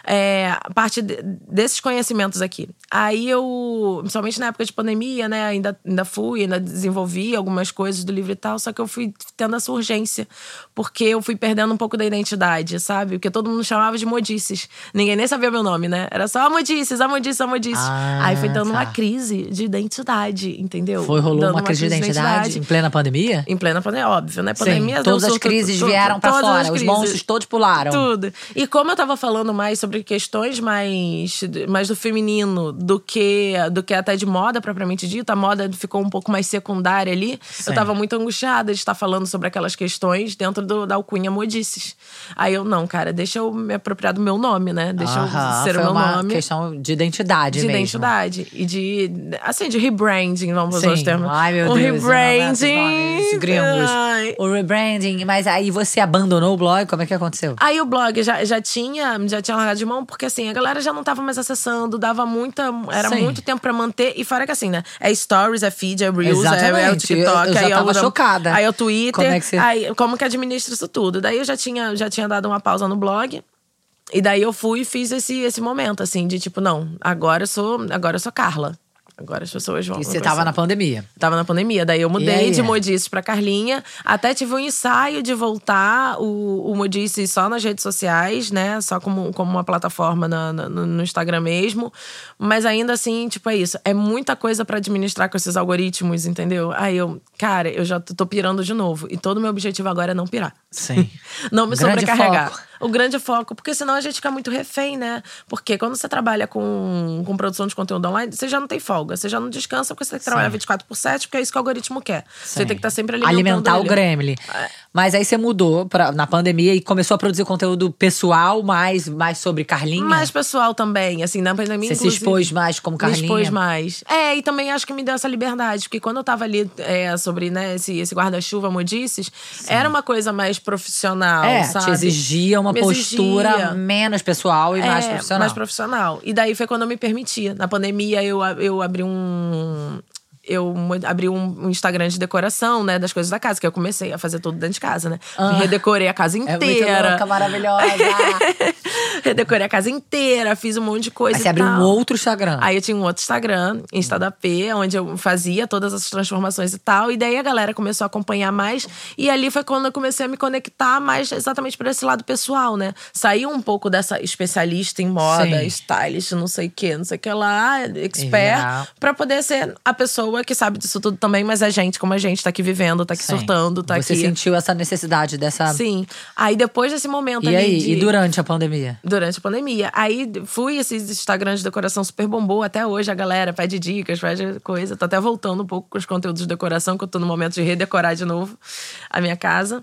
É, parte de, desses conhecimentos aqui. Aí eu, principalmente na época de pandemia, né, ainda, ainda fui, ainda desenvolvi algumas coisas do livro e tal, só que eu fui tendo essa urgência, porque eu fui perdendo um pouco da identidade, sabe? Porque todo mundo chamava de Modices. Ninguém nem sabia meu nome, né? Era só a Modices, a Modices, a Modices. Ah, aí foi dando tá. uma crise de identidade, entendeu? Foi, rolou dando uma, uma crise de identidade, identidade em plena pandemia? Em plena pandemia, óbvio, né? Pandemia, Sim, todas as crises tudo, vieram pra fora, os monstros todos pularam. Tudo. E como eu tava falando mais sobre questões mais, mais do feminino do que, do que até de moda propriamente dita, a moda ficou um pouco mais secundária ali. Sim. Eu tava muito angustiada de estar falando sobre aquelas questões dentro do, da alcunha Modices. Aí eu, não, cara, deixa eu me apropriar do meu nome, né? Deixa Aham, eu ser foi o meu uma nome. Questão de identidade de mesmo. De identidade. E de, assim, de rebranding, vamos usar os termos. Ai, meu um Deus. rebranding. Gringos. O rebranding. Mas aí você abandonou o blog? Como é que aconteceu? Aí o blog já, já tinha já tinha largado de mão, porque assim, a galera já não tava mais acessando, dava muita… Era Sim. muito tempo pra manter. E fora que assim, né? É stories, é feed, é reels, é, é o TikTok. Eu, eu já aí tava é o, chocada. Aí é o Twitter. Como é que você… Aí, como que administra isso tudo? Daí eu já tinha, já tinha dado uma pausa no blog. E daí eu fui e fiz esse, esse momento, assim, de tipo, não, agora eu sou, agora eu sou Carla. Agora as pessoas vão… E você tava na pandemia. Tava na pandemia. Daí eu mudei de Modices pra Carlinha. Até tive um ensaio de voltar o, o Modices só nas redes sociais, né? Só como, como uma plataforma na, na, no Instagram mesmo. Mas ainda assim, tipo, é isso. É muita coisa pra administrar com esses algoritmos, entendeu? Aí eu… Cara, eu já tô pirando de novo. E todo o meu objetivo agora é não pirar. Sim. Não me grande sobrecarregar. Foco. O grande foco. Porque senão a gente fica muito refém, né? Porque quando você trabalha com, com produção de conteúdo online, você já não tem folga. Você já não descansa porque você tem que trabalhar Sim. vinte e quatro por sete, porque é isso que o algoritmo quer. Sim. Você tem que estar sempre alimentando Alimentar ele. o gremlin. É. Mas aí você mudou pra, na pandemia e começou a produzir conteúdo pessoal, mais, mais sobre Carlinha? Mais pessoal também, assim, na pandemia, Você se expôs mais como Carlinha? Me expôs mais. É, e também acho que me deu essa liberdade. Porque quando eu tava ali é, sobre, né, esse, esse guarda-chuva Modices, Sim. era uma coisa mais profissional, é, sabe? te exigia uma me postura exigia. menos pessoal e é, mais profissional. mais profissional. E daí foi quando eu me permitia. Na pandemia, eu, eu abri um… Eu abri um Instagram de decoração, né? Das coisas da casa. Que eu comecei a fazer tudo dentro de casa, né? Ah, redecorei a casa inteira. É muito louca, maravilhosa. Redecorei a casa inteira. Fiz um monte de coisa Aí e você abriu tal. um outro Instagram. Aí eu tinha um outro Instagram, Insta da P, onde eu fazia todas essas transformações e tal. E daí a galera começou a acompanhar mais. E ali foi quando eu comecei a me conectar mais exatamente para esse lado pessoal, né? Saí um pouco dessa especialista em moda, Sim. stylist, não sei o que, não sei o que lá, expert. Yeah. Pra poder ser a pessoa que sabe disso tudo também, mas é gente como a gente, tá aqui vivendo, tá aqui Sim. surtando, tá Você aqui… Você sentiu essa necessidade dessa… Sim. Aí depois desse momento e ali aí, de… E durante a pandemia? Durante a pandemia. Aí fui, esses Instagrams de decoração super bombou. Até hoje a galera pede dicas, pede coisa. Tô até voltando um pouco com os conteúdos de decoração, que eu tô no momento de redecorar de novo a minha casa.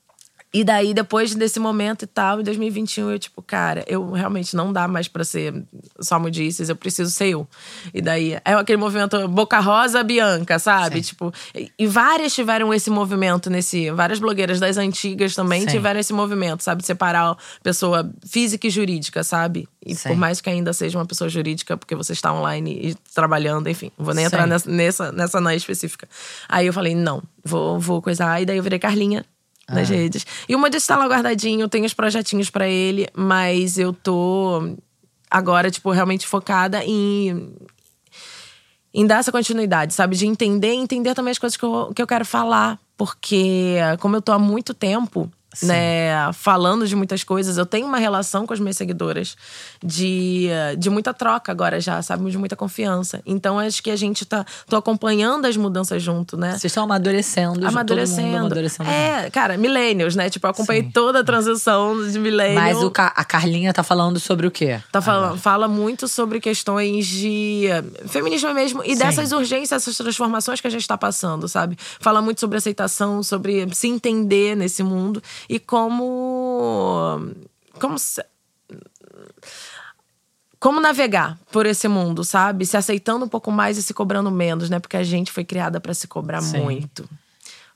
E daí, depois desse momento e tal, em dois mil e vinte e um, eu tipo, cara, eu realmente não dá mais pra ser só Modices, eu preciso ser eu. E daí, é aquele movimento Boca Rosa, Bianca, sabe? Sim. Tipo, e, e várias tiveram esse movimento nesse… Várias blogueiras das antigas também Sim. tiveram esse movimento, sabe? De separar pessoa física e jurídica, sabe? E Sim. por mais que ainda seja uma pessoa jurídica, porque você está online e trabalhando, enfim. Não vou nem Sim. entrar nessa, nessa, nessa não específica. Aí eu falei, não, vou, vou coisar. E daí eu virei Carlinha. Nas ah. redes. E o Modices tá lá guardadinho, tem os projetinhos pra ele, mas eu tô agora, tipo, realmente focada em, em dar essa continuidade, sabe? De entender e entender também as coisas que eu, que eu quero falar. Porque, como eu tô há muito tempo… Sim. Né, falando de muitas coisas, eu tenho uma relação com as minhas seguidoras de, de muita troca agora já, sabe? De muita confiança. Então acho que a gente tá tô acompanhando as mudanças junto, né? Vocês estão amadurecendo, amadurecendo. Todo mundo amadurecendo. É, cara, millennials, né? Tipo, eu acompanhei Sim. toda a transição de millennial. Mas o, a Carlinha tá falando sobre o quê? Tá falando, fala muito sobre questões de feminismo mesmo e Sim. dessas urgências, essas transformações que a gente tá passando, sabe? Fala muito sobre aceitação, sobre se entender nesse mundo. E como… Como… Como navegar por esse mundo, sabe? Se aceitando um pouco mais e se cobrando menos, né? Porque a gente foi criada pra se cobrar Sim. muito.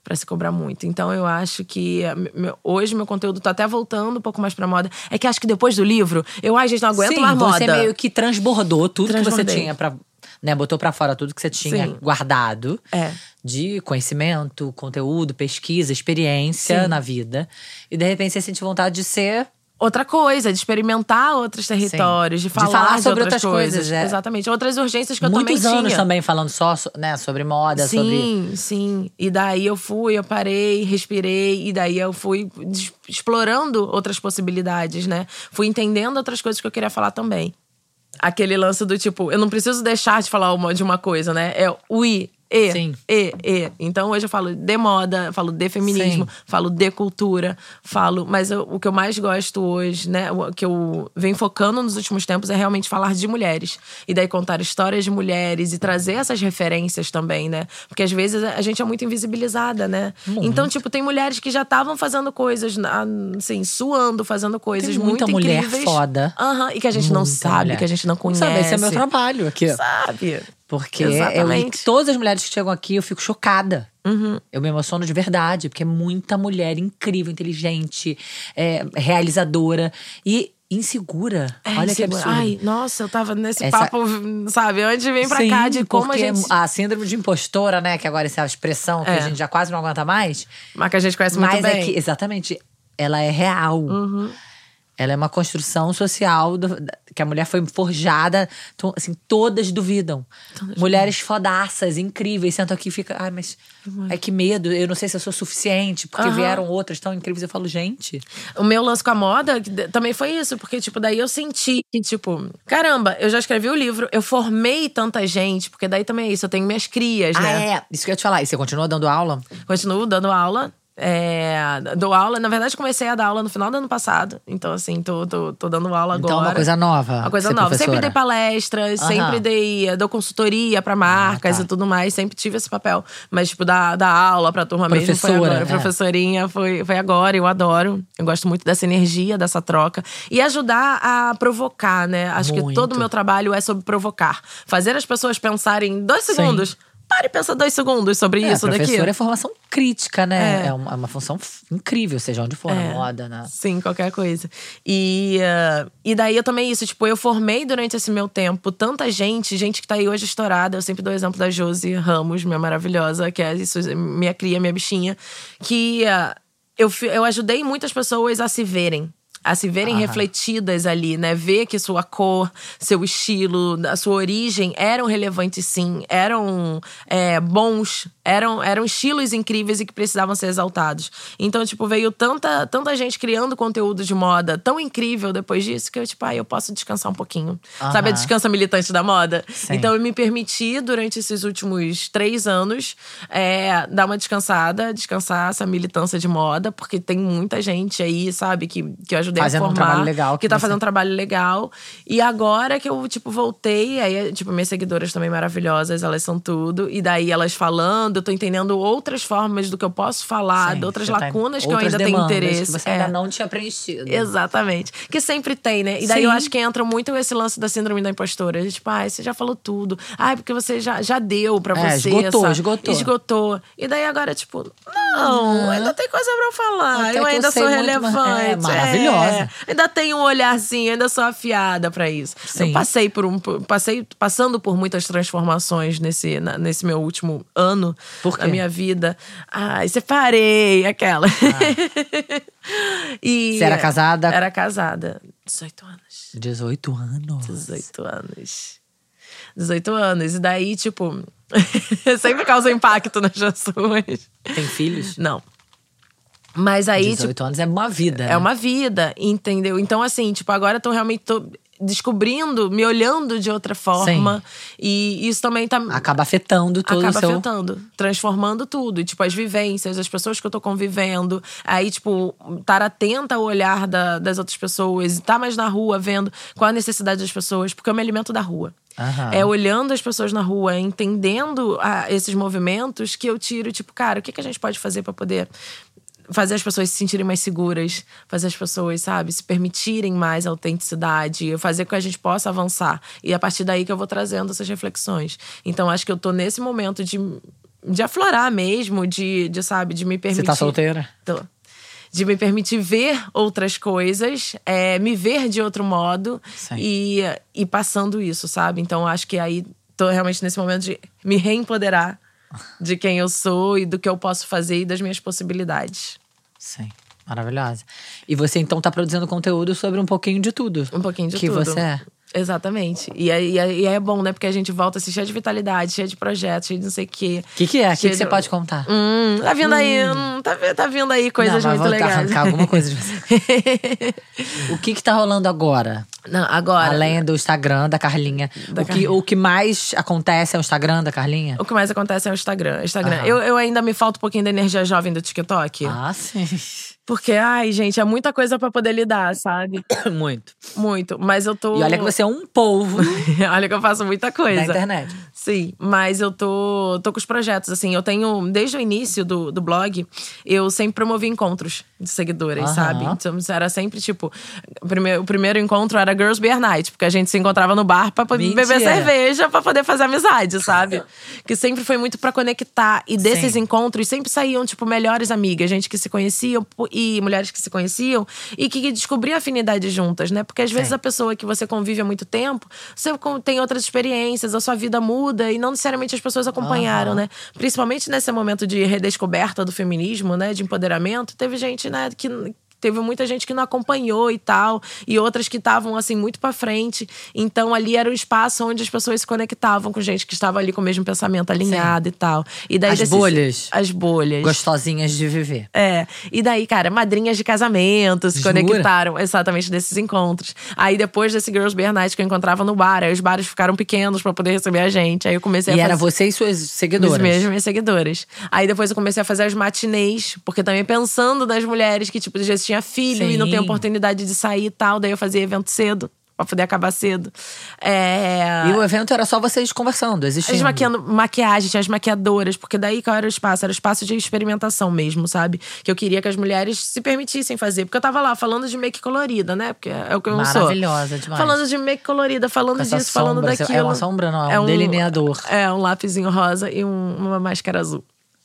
pra se cobrar muito. Então eu acho que meu, hoje meu conteúdo tá até voltando um pouco mais pra moda. É que acho que depois do livro, eu, ai, gente, não aguento Sim, mais moda. você meio que transbordou tudo que você Transbordei. tinha pra… Né, botou pra fora tudo que você tinha Sim. guardado. É. De conhecimento, conteúdo, pesquisa, experiência Sim. na vida. E de repente você sente vontade de ser… Outra coisa, de experimentar outros territórios, de De falar, falar de sobre outras, outras coisas, coisas. é. Exatamente. Outras urgências que eu Muitos também anos tinha. também falando só, né, sobre moda, Sim, sobre… sim. E daí eu fui, eu parei, respirei. E daí eu fui des- explorando outras possibilidades, né? Fui entendendo outras coisas que eu queria falar também. Aquele lance do tipo, eu não preciso deixar de falar uma, de uma coisa, né? É o i, e, Sim. e, e. Então hoje eu falo de moda, falo de feminismo, Sim. falo de cultura, falo… Mas eu- o que eu mais gosto hoje, né? O que eu venho focando nos últimos tempos é realmente falar de mulheres. E daí contar histórias de mulheres e trazer essas referências também, né? Porque às vezes a gente é muito invisibilizada, né? Muito. Então, tipo, tem mulheres que já estavam fazendo coisas, assim, suando, fazendo coisas Tem muita muito mulher incríveis. foda. Aham, e que a gente não Muita sabe, mulher. que a gente não conhece. Sabe, esse é meu trabalho aqui. Sabe? Porque eu, Exatamente. todas as mulheres que chegam aqui, eu fico chocada. Uhum. Eu me emociono de verdade, porque é muita mulher incrível, inteligente, é, realizadora e insegura. É, Olha que insegura. absurdo. Ai, nossa, eu tava nesse Essa- papo, sabe? Antes de vir pra Sim, cá, de como a porque gente… a síndrome de impostora, né? Que agora essa é a expressão que É. a gente já quase não aguenta mais. Mas que a gente conhece muito Mas bem. é que, exatamente, ela é real. Uhum. Ela é uma construção social do- da- que a mulher foi forjada. to- Assim, todas duvidam. Mulheres fodaças, incríveis. Sentam aqui e ficam… Ai, mas… Ai, que medo. Eu não sei se eu sou suficiente. Porque Aham. vieram outras tão incríveis. Eu falo, gente… O meu lance com a moda que de- também foi isso, porque, tipo, daí eu senti que, tipo, caramba, eu já escrevi o livro, eu formei tanta gente, porque daí também é isso, eu tenho minhas crias, Ah, né? é. Isso que eu ia te falar. E você continua dando aula? Continuo dando aula. É, dou aula, na verdade comecei a dar aula no final do ano passado. Então assim, tô, tô, tô dando aula agora. Então, uma coisa nova. Uma coisa ser nova. professora. Sempre dei palestras, Aham. sempre dei, dou consultoria pra marcas Ah, tá. e tudo mais. Sempre tive esse papel. Mas, tipo, dar, dar aula pra turma mesmo foi Professora, agora. é. Professorinha foi, foi agora, eu adoro. Eu gosto muito dessa energia, dessa troca. E ajudar a provocar, né? Acho que Muito. todo o meu trabalho é sobre provocar. Fazer as pessoas pensarem dois segundos. Para e pensa dois segundos sobre É, isso daqui. professora é formação crítica, né? É. É, uma, é uma função f- incrível, seja onde for, É. na moda, na… Sim, qualquer coisa. E, uh, e daí eu também isso, tipo, eu formei durante esse meu tempo tanta gente, gente que tá aí hoje estourada. Eu sempre dou o exemplo da Josi Ramos, minha maravilhosa, que é isso, minha cria, minha bichinha. Que uh, eu, fi- eu ajudei muitas pessoas a se verem. A se verem Aham. refletidas ali, né? Ver que sua cor, seu estilo, a sua origem eram relevantes sim, eram é, bons, eram, eram estilos incríveis e que precisavam ser exaltados. Então, tipo, veio tanta, tanta gente criando conteúdo de moda tão incrível depois disso que eu, tipo, ah, eu posso descansar um pouquinho. Aham. Sabe a descansa militante da moda? Sim. Então, eu me permiti, durante esses últimos três anos, é, dar uma descansada, descansar essa militância de moda, porque tem muita gente aí, sabe, que, que eu ajudei Fazendo a um formar. trabalho legal Que que tá você- fazendo um trabalho legal. E agora que eu, tipo, voltei, aí, tipo, minhas seguidoras também maravilhosas, elas são tudo. E daí elas falando, eu tô entendendo outras formas do que eu posso falar, Sim, de outras você tá em lacunas que eu outras ainda tenho demandas interesse. que você É. ainda não tinha preenchido. Exatamente. Que sempre tem, né? E daí Sim. eu acho que entra muito esse lance da síndrome da impostora. Tipo, ai, você já falou tudo. Ai, porque você já, já deu pra É, você. esgotou, essa- esgotou. Esgotou. E daí agora, tipo, não, ainda tem coisa pra eu falar. Até eu que eu ainda sei sou muito, relevante. é, maravilhosa. É. Ainda tenho um olharzinho, ainda sou afiada pra isso. Sim. Eu passei por um. por- Passei passando por muitas transformações nesse, na- nesse meu último ano Por quê? da minha vida. Ai, separei aquela. E Você era casada? Era casada. dezoito anos. dezoito anos. dezoito anos. dezoito anos. E daí, tipo, sempre causa impacto nas pessoas. Tem filhos? Não. Mas aí, tipo, dezoito anos é uma vida, né? é uma vida, entendeu? Então, assim, tipo, agora eu tô realmente tô descobrindo, me olhando de outra forma. E isso também tá. Acaba afetando todo Acaba o seu… afetando, transformando tudo. E, tipo, as vivências, as pessoas que eu tô convivendo. Aí, tipo, estar atenta ao olhar da- das outras pessoas. Estar mais na rua, vendo qual a necessidade das pessoas. Porque eu me alimento da rua. Aham. É olhando as pessoas na rua, entendendo ah, esses movimentos, que eu tiro, tipo, cara, o que, que a gente pode fazer pra poder fazer as pessoas se sentirem mais seguras, fazer as pessoas, sabe, se permitirem mais autenticidade, fazer com que a gente possa avançar. E é a partir daí que eu vou trazendo essas reflexões. Então, acho que eu tô nesse momento de de aflorar mesmo, de, de, sabe, de me permitir… Você tá solteira? Tô. De me permitir ver outras coisas, é, me ver de outro modo e, e passando isso, sabe? Então, acho que aí tô realmente nesse momento de me reempoderar de quem eu sou e do que eu posso fazer e das minhas possibilidades. Sim, maravilhosa. E você, então, tá produzindo conteúdo sobre um pouquinho de tudo. Um pouquinho de que tudo. Que você é. Exatamente. E é, e, é, e é bom, né? Porque a gente volta assim, cheia de vitalidade, cheia de projetos, cheia de não sei o quê. O que, que é? O que, que de... você pode contar? Hum, tá vindo hum. aí, hum, tá, tá vindo aí coisas não, mas muito vou legais. arrancar alguma coisa de você. O que que tá rolando agora? Não, agora… Além do Instagram da Carlinha. Da o, Carlinha. Que, o que mais acontece é o Instagram da Carlinha? O que mais acontece é o Instagram. Instagram. Eu, eu ainda me falta um pouquinho da energia jovem do TikTok. Ah, sim. Porque, ai, gente, é muita coisa pra poder lidar, sabe? Muito. Muito. Mas eu tô… E olha que você é um polvo olha que eu faço muita coisa. na internet. Sim, mas eu tô, tô com os projetos, assim. Eu tenho, desde o início do, do blog, eu sempre promovi encontros de seguidores, Aham. sabe? Então, era sempre, tipo… O primeiro, o primeiro encontro era Girls Beer Night. Porque a gente se encontrava no bar pra poder Mentira. beber cerveja, pra poder fazer amizade, sabe? Que sempre foi muito pra conectar. E desses Sim. encontros sempre saíam, tipo, melhores amigas. Gente que se conheciam e mulheres que se conheciam. E que descobriam afinidade juntas, né? Porque às vezes Sim. a pessoa que você convive há muito tempo, você tem outras experiências, a sua vida muda e não necessariamente as pessoas acompanharam, Aham. né? Principalmente nesse momento de redescoberta do feminismo, né? De empoderamento, teve gente, né, que… Teve muita gente que não acompanhou e tal. E outras que estavam, assim, muito pra frente. Então, ali era o espaço onde as pessoas se conectavam com gente que estava ali com o mesmo pensamento alinhado Sim. e tal. E daí as desses, bolhas. As bolhas. Gostosinhas de viver. É. E daí, cara, madrinhas de casamento se Jura? conectaram exatamente desses encontros. Aí, depois desse Girls Beer Night que eu encontrava no bar, aí os bares ficaram pequenos pra poder receber a gente. Aí eu comecei e a fazer… E era você e suas seguidoras? As minhas seguidoras. Aí depois eu comecei a fazer as matinês, porque também pensando nas mulheres que, tipo, já tinha filho Sim. e não tem oportunidade de sair e tal. Daí eu fazia evento cedo, pra poder acabar cedo. É... E o evento era só vocês conversando, existindo? As maquiando, maquiagem, tinha as maquiadoras, porque daí qual era o espaço? Era o espaço de experimentação mesmo, sabe? Que eu queria que as mulheres se permitissem fazer. Porque eu tava lá falando de make colorida, né? Porque é o que eu Maravilhosa, sou. Maravilhosa demais. Falando de make colorida, falando disso, sombra, falando daquilo. É uma sombra, não, é, é um, um delineador. É, um lápisinho rosa e um, uma máscara azul.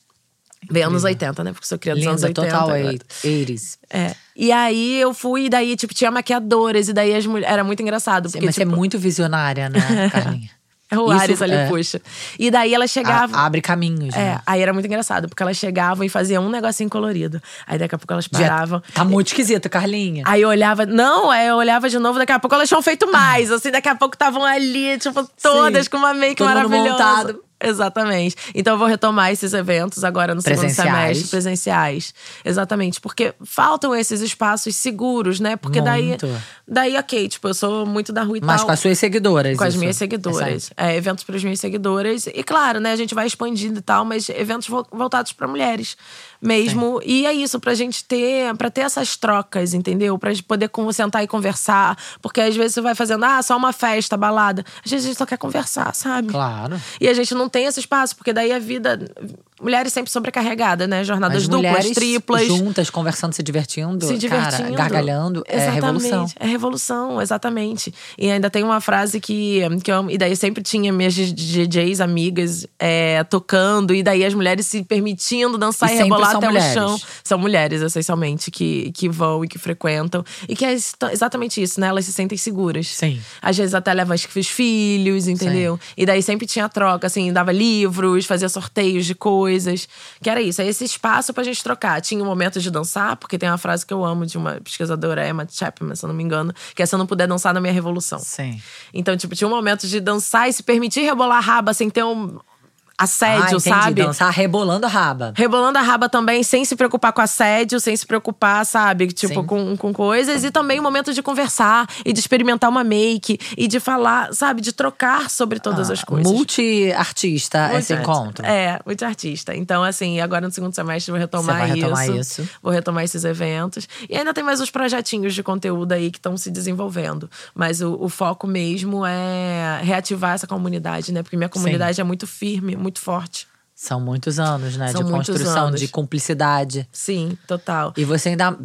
Bem anos oitenta, né? Porque sou criança dos anos oitenta. Total oitenta. oitenta. É. E aí eu fui, e daí, tipo, tinha maquiadoras, e daí as mulheres. Era muito engraçado. Porque, Mas tipo, você é muito visionária, né, Carlinha? É o Isso, Ares ali, é. puxa. E daí ela chegava… A, abre caminhos, É, né? aí era muito engraçado, porque elas chegavam e faziam um negocinho colorido. Aí daqui a pouco elas paravam. Já tá muito esquisito, Carlinha. Aí eu olhava… Não, aí eu olhava de novo, daqui a pouco elas tinham feito mais. Assim, daqui a pouco estavam ali, tipo, todas Sim. com uma make Todo mundo maravilhosa. montado. Exatamente. Então eu vou retomar esses eventos agora no segundo Presenciais. semestre, presenciais. Exatamente. Porque faltam esses espaços seguros, né? Porque daí, Muito. daí, ok, tipo, eu sou muito da rua e Mas tal. com as suas seguidoras. Com as isso. minhas seguidoras. É, eventos para as minhas seguidoras. E claro, né, a gente vai expandindo e tal, mas eventos vo- voltados para mulheres mesmo. Sim. E é isso, pra gente ter, pra ter essas trocas, entendeu? Pra gente poder sentar e conversar. Porque às vezes você vai fazendo, ah, só uma festa, balada. Às vezes a gente só quer conversar, sabe? Claro. E a gente não tem esse espaço, porque daí a vida… Mulheres sempre sobrecarregadas, né? Jornadas As duplas, triplas. juntas, conversando, se divertindo. Se divertindo. Cara, gargalhando. Exatamente. É revolução. É revolução, exatamente. E ainda tem uma frase que, que eu… E daí sempre tinha minhas D Js amigas é, tocando. E daí as mulheres se permitindo dançar e, E e rebolar até mulheres. o chão. São mulheres, essencialmente, que, que vão e que frequentam. E que é exatamente isso, né? Elas se sentem seguras. Sim. Às vezes até levam os filhos, entendeu? Sim. E daí sempre tinha troca, assim, dava livros, fazia sorteios de coisas. Que era isso, é esse espaço pra gente trocar. Tinha um momento de dançar, porque tem uma frase que eu amo de uma pesquisadora, Emma Chapman, se eu não me engano, que é: se eu não puder dançar na minha revolução. Sim. Então, tipo, tinha um momento de dançar e se permitir rebolar a raba sem ter um assédio, ah, entendi. sabe? Dançar rebolando a raba. Rebolando a raba também, sem se preocupar com assédio, sem se preocupar, sabe? Tipo, com, com coisas. E também o momento de conversar e de experimentar uma make. E de falar, sabe? De trocar sobre todas ah, as coisas. Multi-artista Multi esse encontro. É, multi-artista. Então, assim, agora no segundo semestre eu vou retomar, Você vai retomar isso. isso. Vou retomar esses eventos. E ainda tem mais uns projetinhos de conteúdo aí que estão se desenvolvendo. Mas o, o foco mesmo é reativar essa comunidade, né? Porque minha comunidade Sim. é muito firme, muito forte. São muitos anos, né? São de muitos construção, anos. de cumplicidade. Sim, total. E você ainda…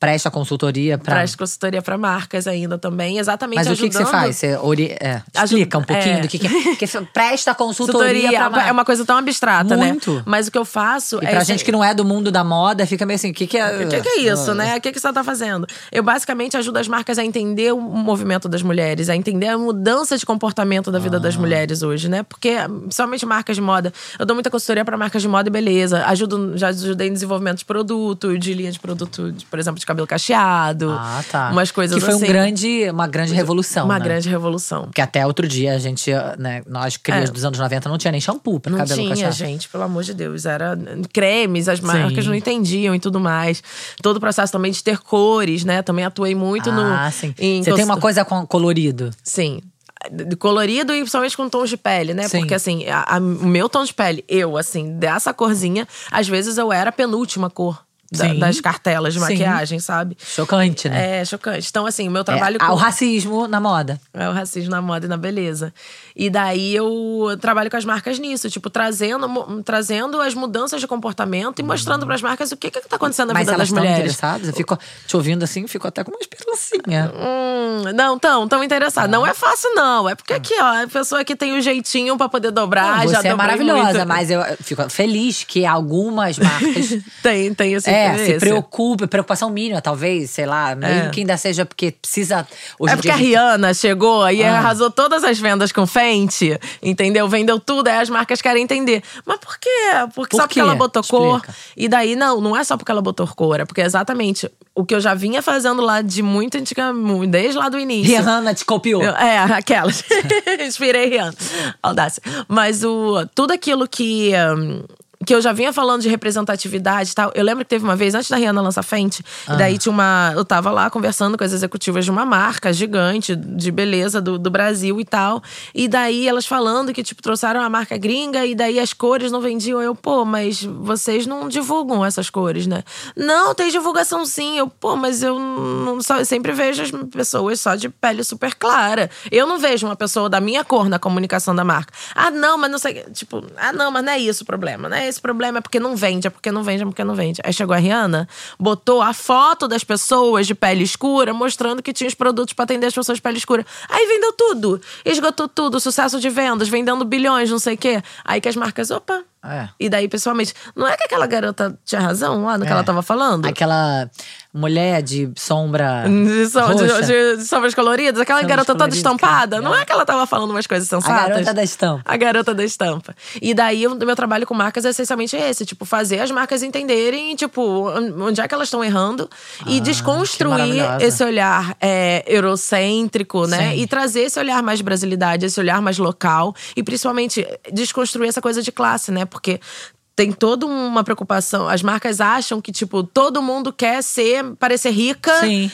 presta consultoria pra… Presta consultoria pra marcas ainda também, exatamente Mas ajudando… o que, que você faz? Você ori… é, explica um pouquinho é. do que, que é. Que presta consultoria pra marca. É uma coisa tão abstrata, Muito. né? Mas o que eu faço e é… pra isso gente aí. que não é do mundo da moda, fica meio assim, o que que é… O que, que é isso, né? O que, que você tá fazendo? Eu basicamente ajudo as marcas a entender o movimento das mulheres, a entender a mudança de comportamento da vida ah. das mulheres hoje, né? Porque, principalmente marcas de moda, eu dou muita consultoria pra marcas de moda e beleza. Ajudo, já ajudei em desenvolvimento de produto, de linha de produto, de, por exemplo, de cabelo cacheado. Ah, tá. Umas coisas assim. Que foi assim. um grande, uma grande revolução, Uma né? grande revolução. Porque até outro dia, a gente, né, nós crias é. dos anos noventa, não tinha nem shampoo pra não cabelo tinha, cacheado. gente, pelo amor de Deus. Era cremes, as marcas sim. não entendiam e tudo mais. Todo o processo também de ter cores, né? Também atuei muito ah, no… Ah, sim. Você tem uma coisa com colorido. Sim. Colorido e principalmente com tons de pele, né? Sim. Porque assim, a, a, o meu tom de pele, eu, assim, dessa corzinha, às vezes eu era a penúltima cor. Da, das cartelas de maquiagem, sim. sabe? Chocante, né? É, chocante. Então, assim, o meu trabalho… É, com… o racismo na moda. É o racismo na moda e na beleza. E daí eu trabalho com as marcas nisso, tipo, trazendo, trazendo as mudanças de comportamento e mostrando pras marcas o que que tá acontecendo na Mas vida das mulheres. Mas elas estão interessadas? Eu fico te ouvindo assim, fico até com uma esperancinha. Hum, não, tão, tão interessadas. Ah. Não é fácil, não. É porque aqui, ó, a pessoa que tem um jeitinho pra poder dobrar, não, já você é maravilhosa, muito. Mas eu fico feliz que algumas marcas… tem, tem esse É, interesse. se preocupa, preocupação mínima, talvez, sei lá. Mesmo é. que ainda seja porque precisa… Hoje é em porque dia a a gente… Rihanna chegou e ah. arrasou todas as vendas com Fenty, entendeu? Vendeu tudo, aí as marcas querem entender. Mas por quê? Porque por só quê? porque ela botou Explica. cor. E daí, não, não é só porque ela botou cor, é porque exatamente o que eu já vinha fazendo lá de muito antigamente, desde lá do início. Rihanna te copiou. Eu, é, aquelas. Inspirei Rihanna. Audácia. Mas o, tudo aquilo que… Um, que eu já vinha falando de representatividade e tal. Eu lembro que teve uma vez, antes da Rihanna lançar Fenty, ah. e daí tinha uma… Eu tava lá conversando com as executivas de uma marca gigante de beleza do, do Brasil e tal. E daí elas falando que, tipo, trouxeram a marca gringa e daí as cores não vendiam. Eu, pô, mas vocês não divulgam essas cores, né? Não, tem divulgação sim. Eu, pô, mas eu não, só, eu sempre vejo as pessoas só de pele super clara. Eu não vejo uma pessoa da minha cor na comunicação da marca. Ah, não, mas não sei… Tipo, ah, não, mas não é isso o problema, né? Esse problema é porque não vende, é porque não vende, é porque não vende. Aí chegou a Rihanna, botou a foto das pessoas de pele escura, mostrando que tinha os produtos pra atender as pessoas de pele escura. Aí vendeu tudo, esgotou tudo, sucesso de vendas, vendendo bilhões, não sei o quê. Aí que as marcas, opa… É. E daí, pessoalmente, não é que aquela garota tinha razão lá no que é. ela tava falando? Aquela mulher de sombra de, so, roxa. De, de, de sombras coloridas, aquela sombras garota toda estampada. Não é que ela tava falando umas coisas sensatas. A garota da estampa. A garota da estampa. E daí, o meu trabalho com marcas é essencialmente esse. Tipo, fazer as marcas entenderem, tipo, onde é que elas estão errando. Ah, e desconstruir esse olhar é, eurocêntrico, né? Sim. E trazer esse olhar mais de brasilidade, esse olhar mais local. E, principalmente, desconstruir essa coisa de classe, né? Porque tem toda uma preocupação. As marcas acham que, tipo, todo mundo quer ser, parecer rica. Sim.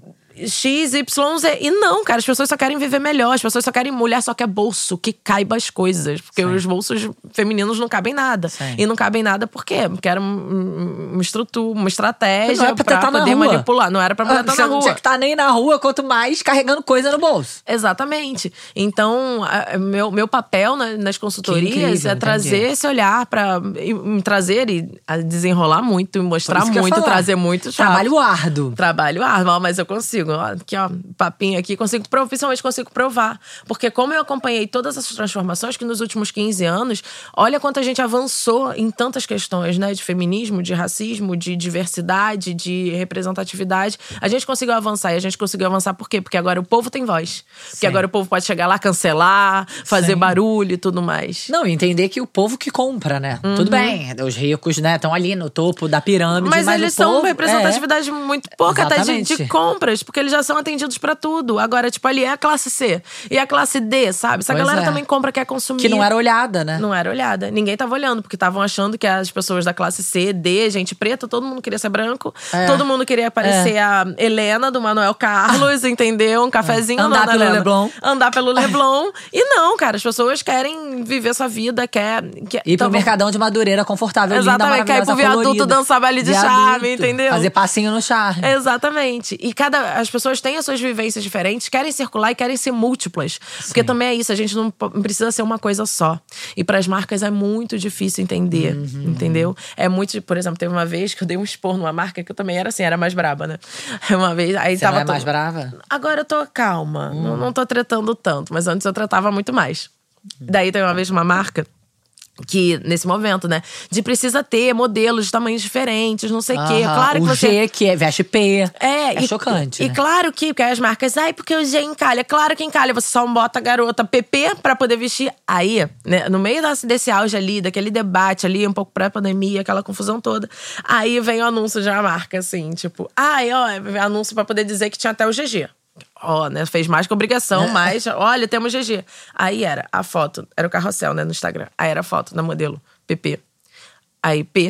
X, Y, Z. E não, cara, as pessoas só querem viver melhor. As pessoas só querem… Mulher só quer bolso, que caiba as coisas. Porque Sim. os bolsos femininos não cabem nada. Sim. E não cabem nada por quê? Porque era uma estrutura, uma estratégia não é pra, pra tá poder na rua. manipular. Não era pra mulher estar Você na rua. Não tinha que estar nem na rua, quanto mais carregando coisa no bolso. Exatamente. Então, a, meu, meu papel na, nas consultorias incrível, é trazer entendi. esse olhar pra e, me trazer e a desenrolar muito, e mostrar muito, trazer muito. Chato. Trabalho árduo. Trabalho árduo, mas eu consigo. Ó, aqui, ó, papinho aqui, consigo, principalmente consigo provar. Porque como eu acompanhei todas essas transformações, que nos últimos quinze anos, olha quanta gente avançou em tantas questões, né? De feminismo, de racismo, de diversidade, de representatividade. A gente conseguiu avançar. E a gente conseguiu avançar por quê? Porque agora o povo tem voz. Porque Sim. agora o povo pode chegar lá, cancelar, fazer Sim. barulho e tudo mais. Não, entender que o povo que compra, né? Uhum. Tudo bem, os ricos, né, estão ali no topo da pirâmide. Mas, mas eles o são povo, representatividade é. muito pouca até de, de compras, porque eles já são atendidos pra tudo. Agora, tipo, ali é a classe C e a classe D, sabe? Essa pois galera é. também compra, quer consumir. Que não era olhada, né? Não era olhada. Ninguém tava olhando, porque estavam achando que as pessoas da classe C, D, gente preta, todo mundo queria ser branco. É. Todo mundo queria parecer é. a Helena do Manuel Carlos, entendeu? Um cafezinho. É. Andar não, pelo Helena. Leblon. Andar pelo Leblon. E não, cara, as pessoas querem viver sua vida, quer… quer ir pro Mercadão de Madureira confortável, Exatamente, linda, quer ir pro viaduto dançar baile de charme, entendeu? Fazer passinho no charme. Exatamente. E cada… as pessoas têm as suas vivências diferentes, querem circular e querem ser múltiplas. Sim. Porque também é isso, a gente não precisa ser uma coisa só. E para as marcas é muito difícil entender, uhum. entendeu? É muito, por exemplo, teve uma vez que eu dei um expor numa marca que eu também era assim, era mais braba, né? Uma vez, aí Você tava não é to... mais brava? Agora eu tô calma, hum. não, não tô tretando tanto, mas antes eu tratava muito mais. Hum. Daí teve uma vez uma marca que, nesse momento, né, de precisa ter modelos de tamanhos diferentes, não sei o quê. Claro o que você... G, que é veste P. É, é e, chocante, E né? claro que, porque as marcas, ai, porque o G encalha. Claro que encalha, você só bota a garota P P pra poder vestir. Aí, né, no meio desse auge ali, daquele debate ali, um pouco pré-pandemia, aquela confusão toda, aí vem o anúncio de uma marca, assim, tipo, ai, ó, anúncio pra poder dizer que tinha até o G G. Ó, oh, né, fez mais que obrigação, é. mas olha, temos G G. Aí era a foto, era o carrossel, né, no Instagram. Aí era a foto da modelo P P. Aí P,